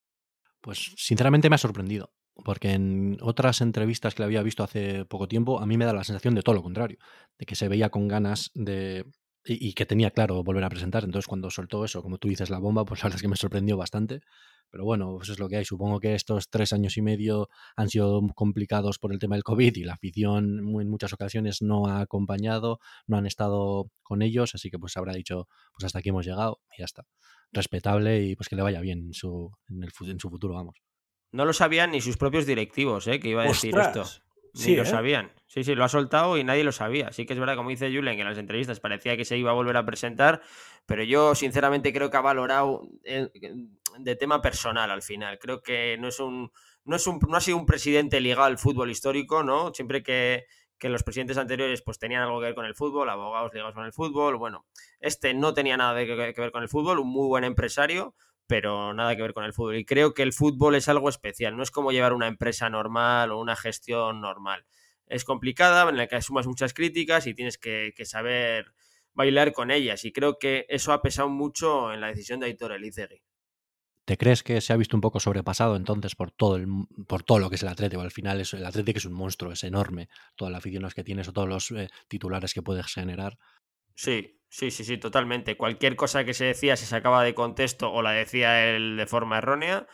B: Pues sinceramente me ha sorprendido, porque en otras entrevistas que le había visto hace poco tiempo, a mí me da la sensación de todo lo contrario, de que se veía con ganas de... Y, y que tenía claro volver a presentar. Entonces cuando soltó eso, como tú dices, la bomba, pues la verdad es que me sorprendió bastante. Pero bueno, pues es lo que hay. Supongo que estos tres años y medio han sido complicados por el tema del COVID y la afición en muchas ocasiones no ha acompañado, no han estado con ellos, así que pues habrá dicho, pues hasta aquí hemos llegado y ya está. Respetable y pues que le vaya bien en su, en el, en su futuro, vamos.
C: No lo sabían ni sus propios directivos, ¿eh? Que iba a decir
A: ¡Ostras!
C: esto. Ni
A: Sí,
C: lo
A: ¿eh?
C: sabían. Sí, sí, lo ha soltado y nadie lo sabía. Sí que es verdad, como dice Julen, que en las entrevistas parecía que se iba a volver a presentar, pero yo sinceramente creo que ha valorado eh, de tema personal al final. Creo que no es un, no es un, no ha sido un presidente ligado al fútbol histórico, ¿no? Siempre que, que los presidentes anteriores pues tenían algo que ver con el fútbol, abogados ligados con el fútbol. Bueno, este no tenía nada que, que ver con el fútbol, un muy buen empresario, pero nada que ver con el fútbol. Y creo que el fútbol es algo especial, no es como llevar una empresa normal o una gestión normal. Es complicada, en la que asumas muchas críticas y tienes que, que saber bailar con ellas. Y creo que eso ha pesado mucho en la decisión de Aitor Elizegui.
B: ¿Te crees que se ha visto un poco sobrepasado entonces por todo el, por todo lo que es el Atlético? Al final es, el Atlético es un monstruo, es enorme, toda la afición que tienes o todos los eh, titulares que puedes generar.
C: Sí, sí, sí, sí, totalmente. Cualquier cosa que se decía se sacaba de contexto o la decía él de forma errónea.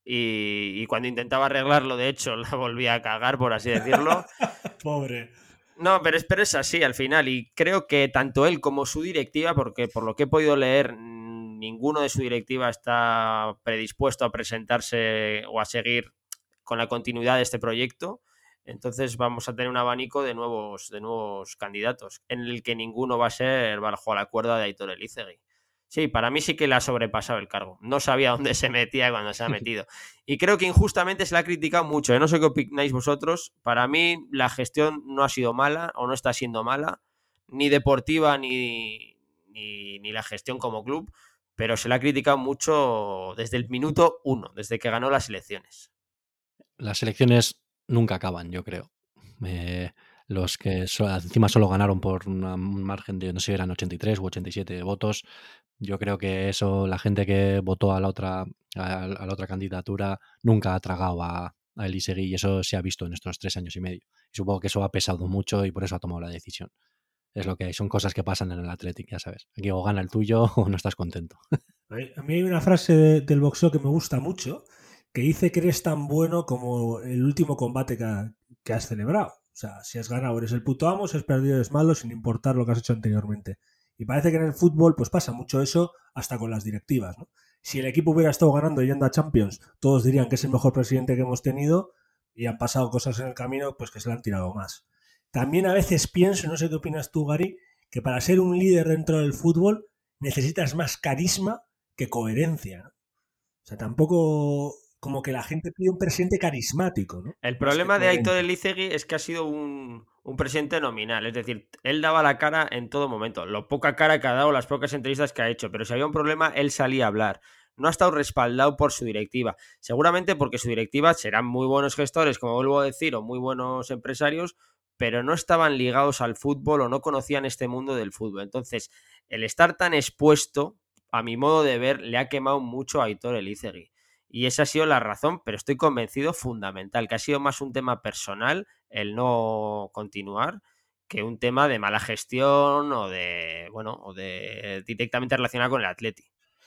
C: Y, y cuando intentaba arreglarlo, de hecho, la volvía a cagar, por así decirlo.
A: Pobre.
C: No, pero es, pero es así al final. Y creo que tanto él como su directiva, porque por lo que he podido leer, ninguno de su directiva está predispuesto a presentarse o a seguir con la continuidad de este proyecto. Entonces vamos a tener un abanico de nuevos, de nuevos candidatos, en el que ninguno va a ser bajo la cuerda de Aitor Elizegui. Sí, para mí sí que le ha sobrepasado el cargo. No sabía dónde se metía cuando se ha metido. Y creo que injustamente se le ha criticado mucho, ¿eh? No sé qué opináis vosotros. Para mí la gestión no ha sido mala o no está siendo mala, ni deportiva ni, ni, ni la gestión como club, pero se le ha criticado mucho desde el minuto uno, desde que ganó las elecciones.
B: Las elecciones nunca acaban, yo creo. Eh, los que so, encima solo ganaron por una, un margen de, no sé, eran ochenta y tres u ochenta y siete votos. Yo creo que eso, la gente que votó a la otra, a, a la otra candidatura nunca ha tragado a, a Elizegui, y eso se ha visto en estos tres años y medio. Y supongo que eso ha pesado mucho y por eso ha tomado la decisión. Es lo que hay, son cosas que pasan en el Athletic, ya sabes. Aquí o gana el tuyo o no estás contento.
A: A mí hay una frase de, del boxeo que me gusta mucho, que dice que eres tan bueno como el último combate que, ha, que has celebrado. O sea, si has ganado eres el puto amo, si has perdido eres malo, sin importar lo que has hecho anteriormente. Y parece que en el fútbol pues pasa mucho eso hasta con las directivas, ¿no? Si el equipo hubiera estado ganando yendo a Champions, todos dirían que es el mejor presidente que hemos tenido, y han pasado cosas en el camino pues que se le han tirado más. También a veces pienso, no sé qué opinas tú, Gary, que para ser un líder dentro del fútbol necesitas más carisma que coherencia, ¿no? O sea, tampoco como que la gente pide un presidente carismático, ¿no?
C: El problema de Aitor Elizegui es que ha sido un, un presidente nominal, es decir, él daba la cara en todo momento, lo poca cara que ha dado, las pocas entrevistas que ha hecho, pero si había un problema, él salía a hablar. No ha estado respaldado por su directiva, seguramente porque su directiva serán muy buenos gestores, como vuelvo a decir, o muy buenos empresarios, pero no estaban ligados al fútbol o no conocían este mundo del fútbol. Entonces, el estar tan expuesto, a mi modo de ver, le ha quemado mucho a Aitor Elizegui. Y esa ha sido la razón, pero estoy convencido fundamental, que ha sido más un tema personal el no continuar que un tema de mala gestión o de, bueno, o de directamente relacionado con el Atleti.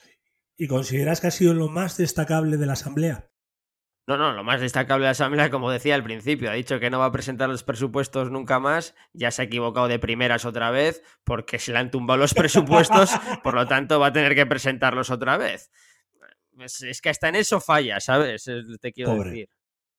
A: ¿Y consideras que ha sido lo más destacable de la asamblea?
C: No, no, lo más destacable de la asamblea, como decía al principio, ha dicho que no va a presentar los presupuestos nunca más, ya se ha equivocado de primeras otra vez porque se le han tumbado los presupuestos, por lo tanto va a tener que presentarlos otra vez. Es, es que hasta en eso falla, ¿sabes? Te quiero
A: Pobre.
C: decir.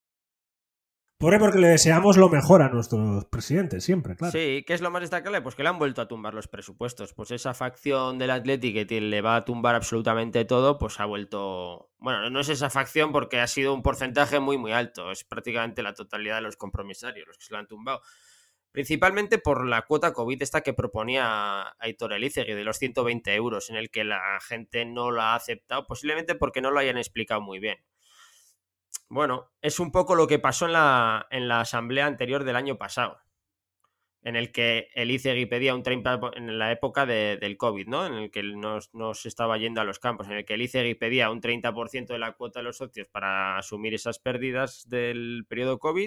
A: Pobre porque le deseamos lo mejor a nuestros presidentes, siempre, claro.
C: Sí, ¿qué es lo más destacable? Pues que le han vuelto a tumbar los presupuestos. Pues esa facción del Athletic que le va a tumbar absolutamente todo, pues ha vuelto... Bueno, no es esa facción porque ha sido un porcentaje muy, muy alto. Es prácticamente la totalidad de los compromisarios los que se lo han tumbado. Principalmente por la cuota COVID esta que proponía Aitor Elizegui de los ciento veinte euros, en el que la gente no la ha aceptado, posiblemente porque no lo hayan explicado muy bien. Bueno, es un poco lo que pasó en la, en la asamblea anterior del año pasado, en el que Elizegui pedía un treinta por ciento en la época de, del COVID, ¿no? En el que no se estaba yendo a los campos, en el que Elizegui pedía un treinta por ciento de la cuota de los socios para asumir esas pérdidas del periodo COVID,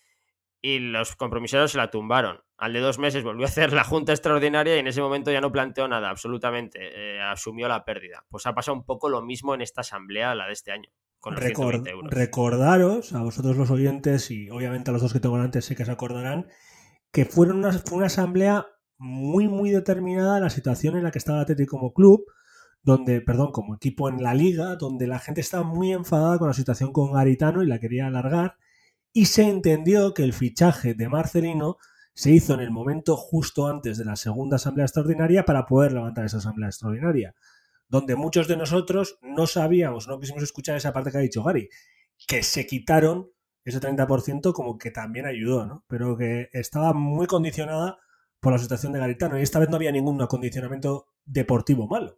C: y los compromisarios se la tumbaron. Al de dos meses volvió a hacer la junta extraordinaria y en ese momento ya no planteó nada, absolutamente. Eh, asumió la pérdida. Pues ha pasado un poco lo mismo en esta asamblea, la de este año, con los
A: Record,
C: ciento veinte euros.
A: Recordaros, a vosotros los oyentes y obviamente a los dos que tengo antes sé que se acordarán, que fueron una, fue una asamblea muy, muy determinada en la situación en la que estaba el Athletic como club, donde, perdón, como equipo en la liga, donde la gente estaba muy enfadada con la situación con Garitano y la quería alargar. Y se entendió que el fichaje de Marcelino se hizo en el momento justo antes de la segunda asamblea extraordinaria para poder levantar esa asamblea extraordinaria, donde muchos de nosotros no sabíamos, no quisimos escuchar esa parte que ha dicho Gary, que se quitaron ese treinta por ciento, como que también ayudó, ¿no? Pero que estaba muy condicionada por la situación de Garitano y esta vez no había ningún acondicionamiento deportivo malo.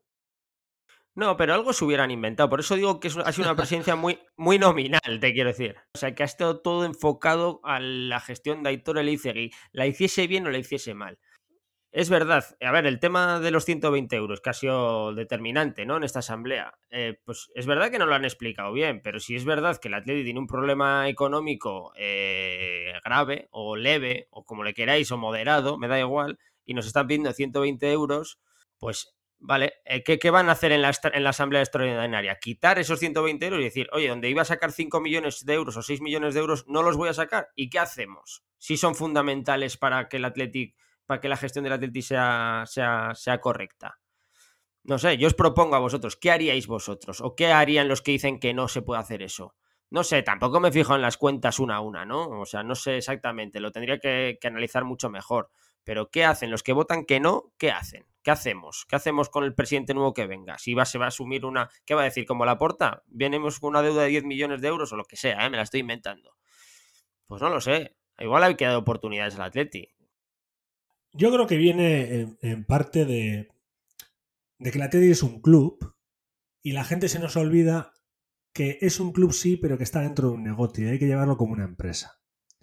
C: No, pero algo se hubieran inventado. Por eso digo que ha sido una presidencia muy, muy nominal, te quiero decir. O sea, que ha estado todo enfocado a la gestión de Aitor Elizegui. La hiciese bien o la hiciese mal. Es verdad, a ver, el tema de los ciento veinte euros, que ha sido determinante, ¿no? En esta asamblea, eh, pues es verdad que no lo han explicado bien, pero si es verdad que el Atleti tiene un problema económico eh, grave, o leve, o como le queráis, o moderado, me da igual, y nos están pidiendo ciento veinte euros, pues... Vale, ¿qué, ¿qué van a hacer en la, en la asamblea extraordinaria? Quitar esos ciento veinte euros y decir, oye, donde iba a sacar cinco millones de euros o seis millones de euros, no los voy a sacar. ¿Y qué hacemos? Si son fundamentales para que el Athletic, para que la gestión del Athletic sea, sea, sea correcta. No sé, yo os propongo a vosotros, ¿qué haríais vosotros? ¿O qué harían los que dicen que no se puede hacer eso? no sé, tampoco me fijo en las cuentas una a una, ¿no? O sea, no sé exactamente, lo tendría que, que analizar mucho mejor. Pero ¿qué hacen? Los que votan que no, ¿qué hacen? ¿Qué hacemos? ¿Qué hacemos con el presidente nuevo que venga? Si va, se va a asumir una... ¿Qué va a decir? ¿Como Laporta? ¿Venimos con una deuda de diez millones de euros o lo que sea? ¿eh? Me la estoy inventando. Pues no lo sé. Igual hay que dar oportunidades al Atleti.
A: Yo creo que viene en, en parte de, de que el Atleti es un club y la gente se nos olvida que es un club sí, pero que está dentro de un negocio y hay que llevarlo como una empresa.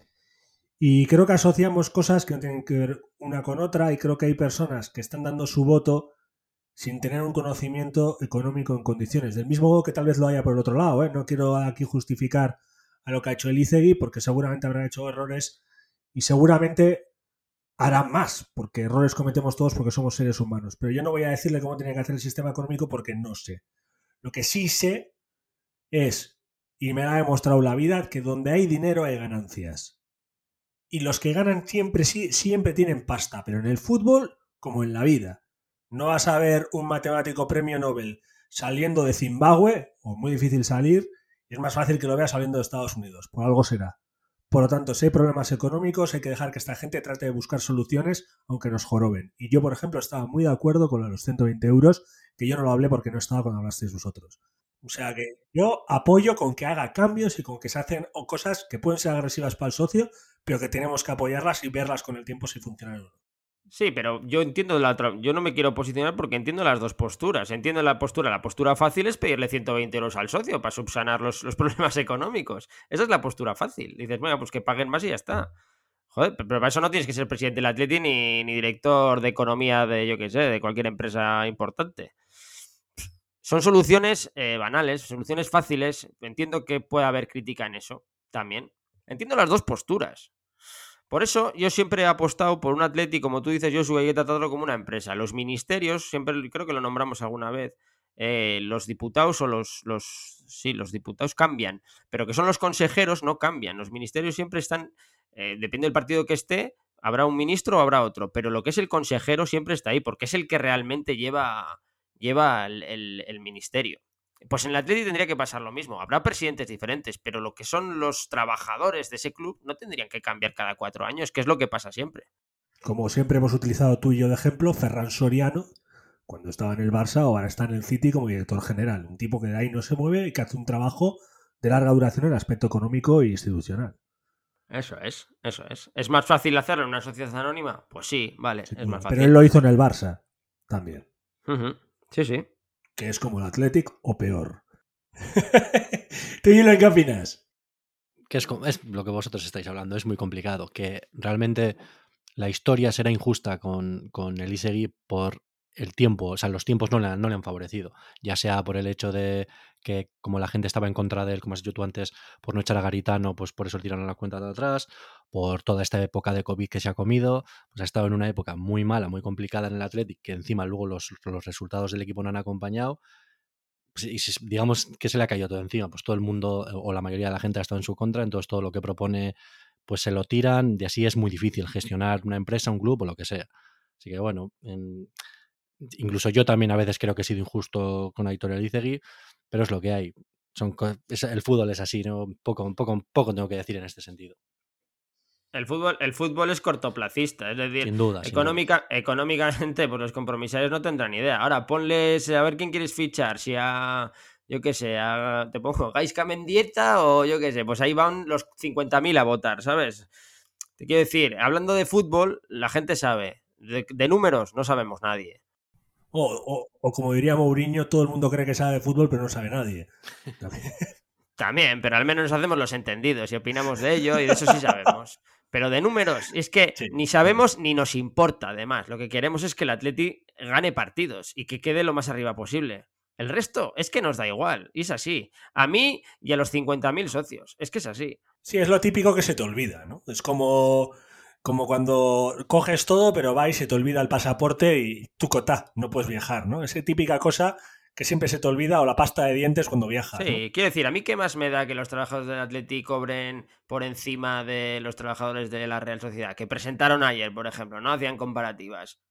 A: Y creo que asociamos cosas que no tienen que ver una con otra y creo que hay personas que están dando su voto sin tener un conocimiento económico en condiciones. Del mismo modo que tal vez lo haya por el otro lado, ¿eh? No quiero aquí justificar a lo que ha hecho Elizegui porque seguramente habrá hecho errores y seguramente harán más, porque errores cometemos todos porque somos seres humanos. Pero yo no voy a decirle cómo tiene que hacer el sistema económico porque no sé. Lo que sí sé es, y me ha demostrado la vida, que donde hay dinero hay ganancias. Y los que ganan siempre, siempre tienen pasta, pero en el fútbol como en la vida. No vas a ver un matemático premio Nobel saliendo de Zimbabue, o muy difícil salir, y es más fácil que lo veas saliendo de Estados Unidos, por algo será. Por lo tanto, si hay problemas económicos, hay que dejar que esta gente trate de buscar soluciones, aunque nos joroben. Y yo, por ejemplo, estaba muy de acuerdo con los ciento veinte euros, que yo no lo hablé porque no estaba cuando hablasteis vosotros. O sea que yo apoyo con que haga cambios y con que se hacen cosas que pueden ser agresivas para el socio, pero que tenemos que apoyarlas y verlas con el tiempo si funcionan o no.
C: Sí, pero yo entiendo la otra. Yo no me quiero posicionar porque entiendo las dos posturas. Entiendo la postura. La postura fácil es pedirle ciento veinte euros al socio para subsanar los, los problemas económicos. Esa es la postura fácil. Dices, bueno, pues que paguen más y ya está. Joder, pero para eso no tienes que ser presidente del Atleti ni, ni director de economía de, yo qué sé, de cualquier empresa importante. Son soluciones eh, banales, soluciones fáciles. Entiendo que puede haber crítica en eso también. Entiendo las dos posturas. Por eso yo siempre he apostado por un Atleti, como tú dices, Joshua, y he tratado como una empresa. Los ministerios, siempre creo que lo nombramos alguna vez, eh, los diputados o los, los... Sí, los diputados cambian, pero que son los consejeros no cambian. Los ministerios siempre están... Eh, depende del partido que esté, habrá un ministro o habrá otro, pero lo que es el consejero siempre está ahí, porque es el que realmente lleva, lleva el, el, el ministerio. Pues en el Atleti tendría que pasar lo mismo. Habrá presidentes diferentes, pero lo que son los trabajadores de ese club no tendrían que cambiar cada cuatro años, que es lo que pasa siempre.
A: Como siempre hemos utilizado tú y yo de ejemplo, Ferran Soriano, cuando estaba en el Barça o ahora está en el City como director general. Un tipo que de ahí no se mueve y que hace un trabajo de larga duración en el aspecto económico e institucional.
C: Eso es, eso es. ¿Es más fácil hacerlo en una sociedad anónima? Pues sí, vale, sí, es más fácil.
A: Pero él lo hizo en el Barça también.
C: Uh-huh. Sí, sí.
A: Que es como el Athletic o peor. ¿Tú y lo qué opinas?
B: Que es, es lo que vosotros estáis hablando, es muy complicado, que realmente la historia será injusta con, con Elizegui por el tiempo, o sea, los tiempos no le, no le han favorecido, ya sea por el hecho de que como la gente estaba en contra de él, como has dicho tú antes, por no echar a Garitano, pues por eso tiraron la cuenta de atrás, por toda esta época de COVID que se ha comido, pues ha estado en una época muy mala, muy complicada en el Athletic, que encima luego los, los resultados del equipo no han acompañado, pues, y si, digamos que se le ha caído todo encima, pues todo el mundo o la mayoría de la gente ha estado en su contra, entonces todo lo que propone pues se lo tiran y así es muy difícil gestionar una empresa, un club o lo que sea. Así que bueno, en, incluso yo también a veces creo que he sido injusto con Aitor Elizegui, pero es lo que hay. Son, es, el fútbol es así, ¿no? Poco, un poco, un poco tengo que decir en este sentido.
C: El fútbol, el fútbol es cortoplacista, es decir,
B: sin duda,
C: económica,
B: sin duda.
C: económicamente pues los compromisarios no tendrán idea. Ahora ponles a ver quién quieres fichar, si a, yo qué sé, a, te pongo Gaisca Mendieta o yo qué sé, pues ahí van los cincuenta mil a votar, ¿sabes? Te quiero decir, hablando de fútbol, la gente sabe, de, de números no sabemos nadie.
A: O, o, o como diría Mourinho, todo el mundo cree que sabe de fútbol, pero no sabe nadie.
C: También. También, pero al menos nos hacemos los entendidos y opinamos de ello y de eso sí sabemos. Pero de números, es que sí, ni sabemos ni nos importa, además. Lo que queremos es que el Atleti gane partidos y que quede lo más arriba posible. El resto es que nos da igual, y es así. A mí y a los cincuenta mil socios, es que es así.
A: Sí, es lo típico que se te olvida, ¿no? Es como, como cuando coges todo, pero va y se te olvida el pasaporte y tu cotá, no puedes viajar, ¿no? Esa típica cosa que siempre se te olvida, o la pasta de dientes cuando viajas.
C: Sí,
A: ¿no?
C: Quiero decir, a mí qué más me da que los trabajadores del Atleti cobren por encima de los trabajadores de la Real Sociedad, que presentaron ayer, por ejemplo, no hacían comparativas.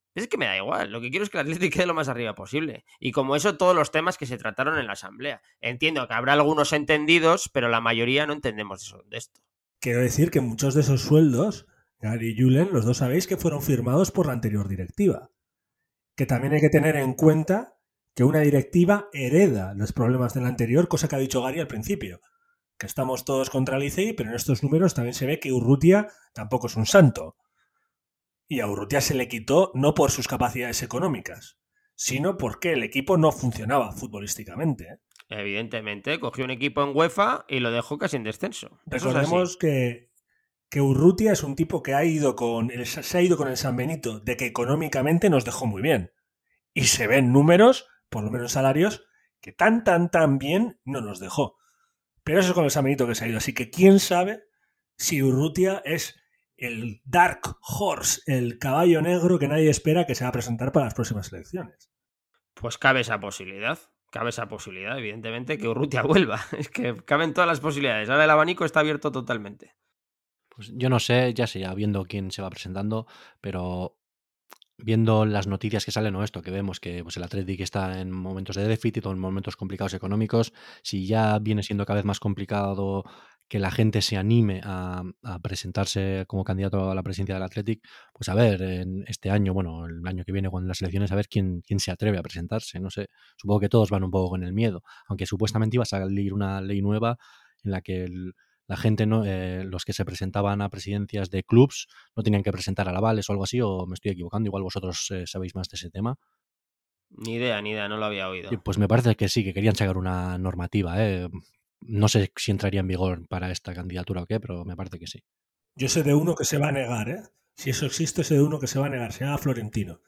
C: Es que me da igual, lo que quiero es que el Atlético quede lo más arriba posible. Y como eso, todos los temas que se trataron en la asamblea. Entiendo que habrá algunos entendidos, pero la mayoría no entendemos eso, de esto.
A: Quiero decir que muchos de esos sueldos, Gary y Julen, los dos sabéis que fueron firmados por la anterior directiva. Que también hay que tener en cuenta que una directiva hereda los problemas de la anterior, cosa que ha dicho Gary al principio. Que estamos todos contra el I C E I, pero en estos números también se ve que Urrutia tampoco es un santo. Y a Urrutia se le quitó no por sus capacidades económicas, sino porque el equipo no funcionaba futbolísticamente, ¿eh?
C: Evidentemente, cogió un equipo en UEFA y lo dejó casi en descenso.
A: Recordemos que, que Urrutia es un tipo que ha ido con el, se ha ido con el San Benito de que económicamente nos dejó muy bien. Y se ven números, por lo menos salarios, que tan, tan, tan bien no nos dejó. Pero eso es con el San Benito que se ha ido. Así que quién sabe si Urrutia es el Dark Horse, el caballo negro que nadie espera que se va a presentar para las próximas elecciones.
C: Pues cabe esa posibilidad. Cabe esa posibilidad, evidentemente, que Urrutia vuelva. Es que caben todas las posibilidades. Ahora el abanico está abierto totalmente.
B: Pues yo no sé, ya sé, ya viendo quién se va presentando, pero viendo las noticias que salen o esto, que vemos que pues, el Athletic está en momentos de déficit o en momentos complicados económicos, si ya viene siendo cada vez más complicado que la gente se anime a, a presentarse como candidato a la presidencia del Athletic, pues a ver, en este año, bueno, el año que viene con las elecciones, a ver quién, quién se atreve a presentarse, no sé, supongo que todos van un poco con el miedo, aunque supuestamente iba a salir una ley nueva en la que el, la gente, no, eh, los que se presentaban a presidencias de clubs no tenían que presentar a avales o algo así, o me estoy equivocando, igual vosotros eh, sabéis más de ese tema.
C: Ni idea, ni idea, no lo había oído.
B: Y pues me parece que sí, que querían sacar una normativa, ¿eh? No sé si entraría en vigor para esta candidatura o qué, pero me parece que sí.
A: Yo sé de uno que se va a negar, ¿eh? Si eso existe, sé de uno que se va a negar, se llama Florentino.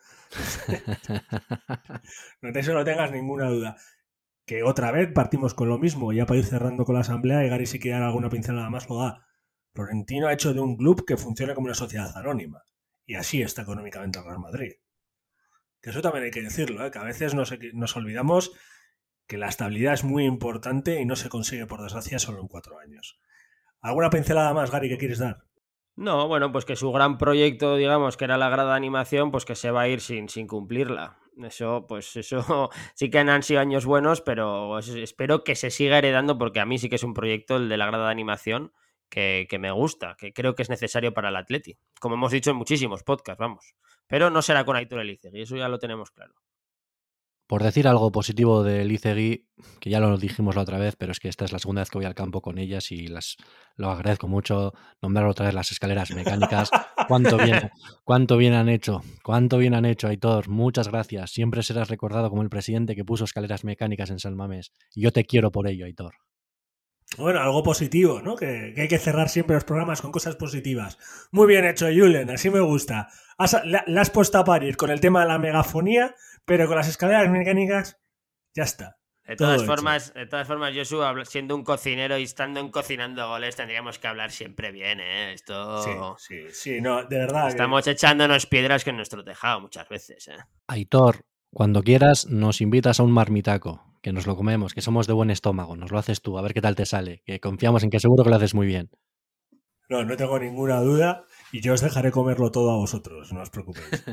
A: No de eso no tengas ninguna duda. Que otra vez partimos con lo mismo, ya para ir cerrando con la asamblea y Gary si quiere dar alguna pincelada más lo da. Florentino ha hecho de un club que funciona como una sociedad anónima y así está económicamente el Real Madrid. Que eso también hay que decirlo, ¿eh? Que a veces nos, nos olvidamos que la estabilidad es muy importante y no se consigue, por desgracia, solo en cuatro años. ¿Alguna pincelada más, Gary, que quieres dar?
C: No, bueno, pues que su gran proyecto, digamos, que era la grada de animación, pues que se va a ir sin, sin cumplirla. Eso, pues eso sí que han sido años buenos, pero espero que se siga heredando porque a mí sí que es un proyecto, el de la grada de animación, que, que me gusta, que creo que es necesario para el Atleti. Como hemos dicho en muchísimos podcasts, vamos. Pero no será con Aitor Elizegui, eso ya lo tenemos claro.
B: Por decir algo positivo de Elizegui, que ya lo dijimos la otra vez, pero es que esta es la segunda vez que voy al campo con ellas y las lo agradezco mucho. Nombrar otra vez las escaleras mecánicas. Cuánto bien, cuánto bien han hecho, cuánto bien han hecho, Aitor. Muchas gracias. Siempre serás recordado como el presidente que puso escaleras mecánicas en San Mamés. Y yo te quiero por ello, Aitor.
A: Bueno, algo positivo, ¿no? Que, que hay que cerrar siempre los programas con cosas positivas. Muy bien hecho, Julen, así me gusta. Has, la, la has puesto a parir con el tema de la megafonía, pero con las escaleras mecánicas ya está.
C: De todas formas, de todas formas, Joshua, siendo un cocinero y estando en Cocinando Goles, tendríamos que hablar siempre bien, ¿eh? Esto...
A: Sí, sí, sí, no, de verdad.
C: Estamos que... echándonos piedras con nuestro tejado muchas veces, ¿eh?
B: Aitor, cuando quieras nos invitas a un marmitaco, que nos lo comemos, que somos de buen estómago, nos lo haces tú, a ver qué tal te sale, que confiamos en que seguro que lo haces muy bien.
A: No, no tengo ninguna duda y yo os dejaré comerlo todo a vosotros, no os preocupéis.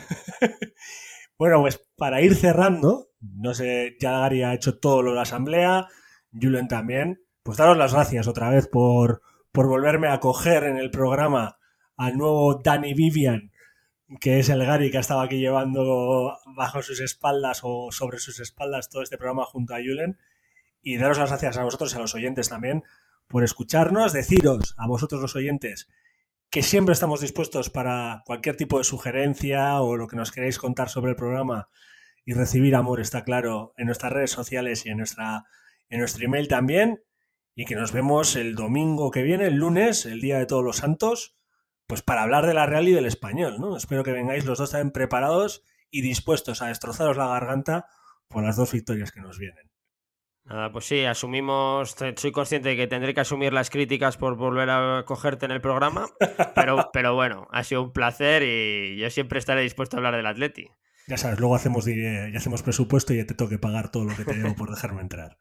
A: Bueno, pues para ir cerrando, no sé, ya Gary ha hecho todo lo de la asamblea, Julen también, pues daros las gracias otra vez por, por volverme a coger en el programa al nuevo Danny Vivian, que es el Gary que ha estado aquí llevando bajo sus espaldas o sobre sus espaldas todo este programa junto a Julen, y daros las gracias a vosotros y a los oyentes también por escucharnos, deciros a vosotros los oyentes que siempre estamos dispuestos para cualquier tipo de sugerencia o lo que nos queráis contar sobre el programa y recibir amor, está claro, en nuestras redes sociales y en, nuestra, en nuestro email también, y que nos vemos el domingo que viene, el lunes, el Día de Todos los Santos, pues para hablar de la Real y del Español, ¿no? Espero que vengáis los dos también preparados y dispuestos a destrozaros la garganta por las dos victorias que nos vienen.
C: Nada, pues sí, asumimos, soy consciente de que tendré que asumir las críticas por volver a cogerte en el programa, pero, pero bueno, ha sido un placer y yo siempre estaré dispuesto a hablar del Atleti.
A: Ya sabes, luego hacemos, ya hacemos presupuesto y ya te tengo que pagar todo lo que te debo por dejarme entrar.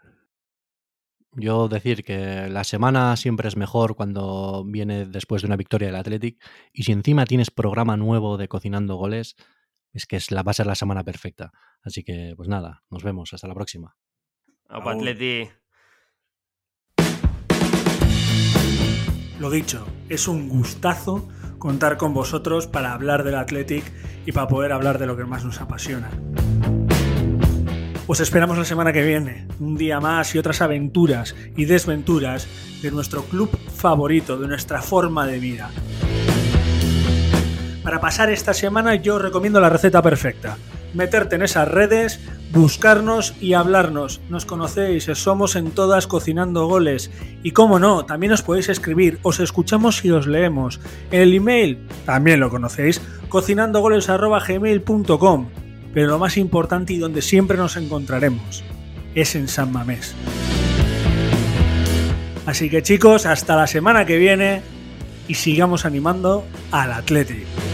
B: Yo decir que la semana siempre es mejor cuando viene después de una victoria del Athletic y si encima tienes programa nuevo de Cocinando Goles, es que es la, va a ser la semana perfecta. Así que, pues nada, nos vemos. Hasta la próxima.
C: Aupa Atleti.
D: Lo dicho, es un gustazo contar con vosotros para hablar del Athletic y para poder hablar de lo que más nos apasiona. Os esperamos la semana que viene, un día más y otras aventuras y desventuras de nuestro club favorito, de nuestra forma de vida. Para pasar esta semana yo os recomiendo la receta perfecta. Meterte en esas redes, buscarnos y hablarnos. Nos conocéis, somos en todas Cocinando Goles. Y cómo no, también os podéis escribir, os escuchamos y os leemos. El email, también lo conocéis, cocinandogoles arroba gmail punto com. Pero lo más importante y donde siempre nos encontraremos es en San Mamés. Así que chicos, hasta la semana que viene y sigamos animando al Athletic.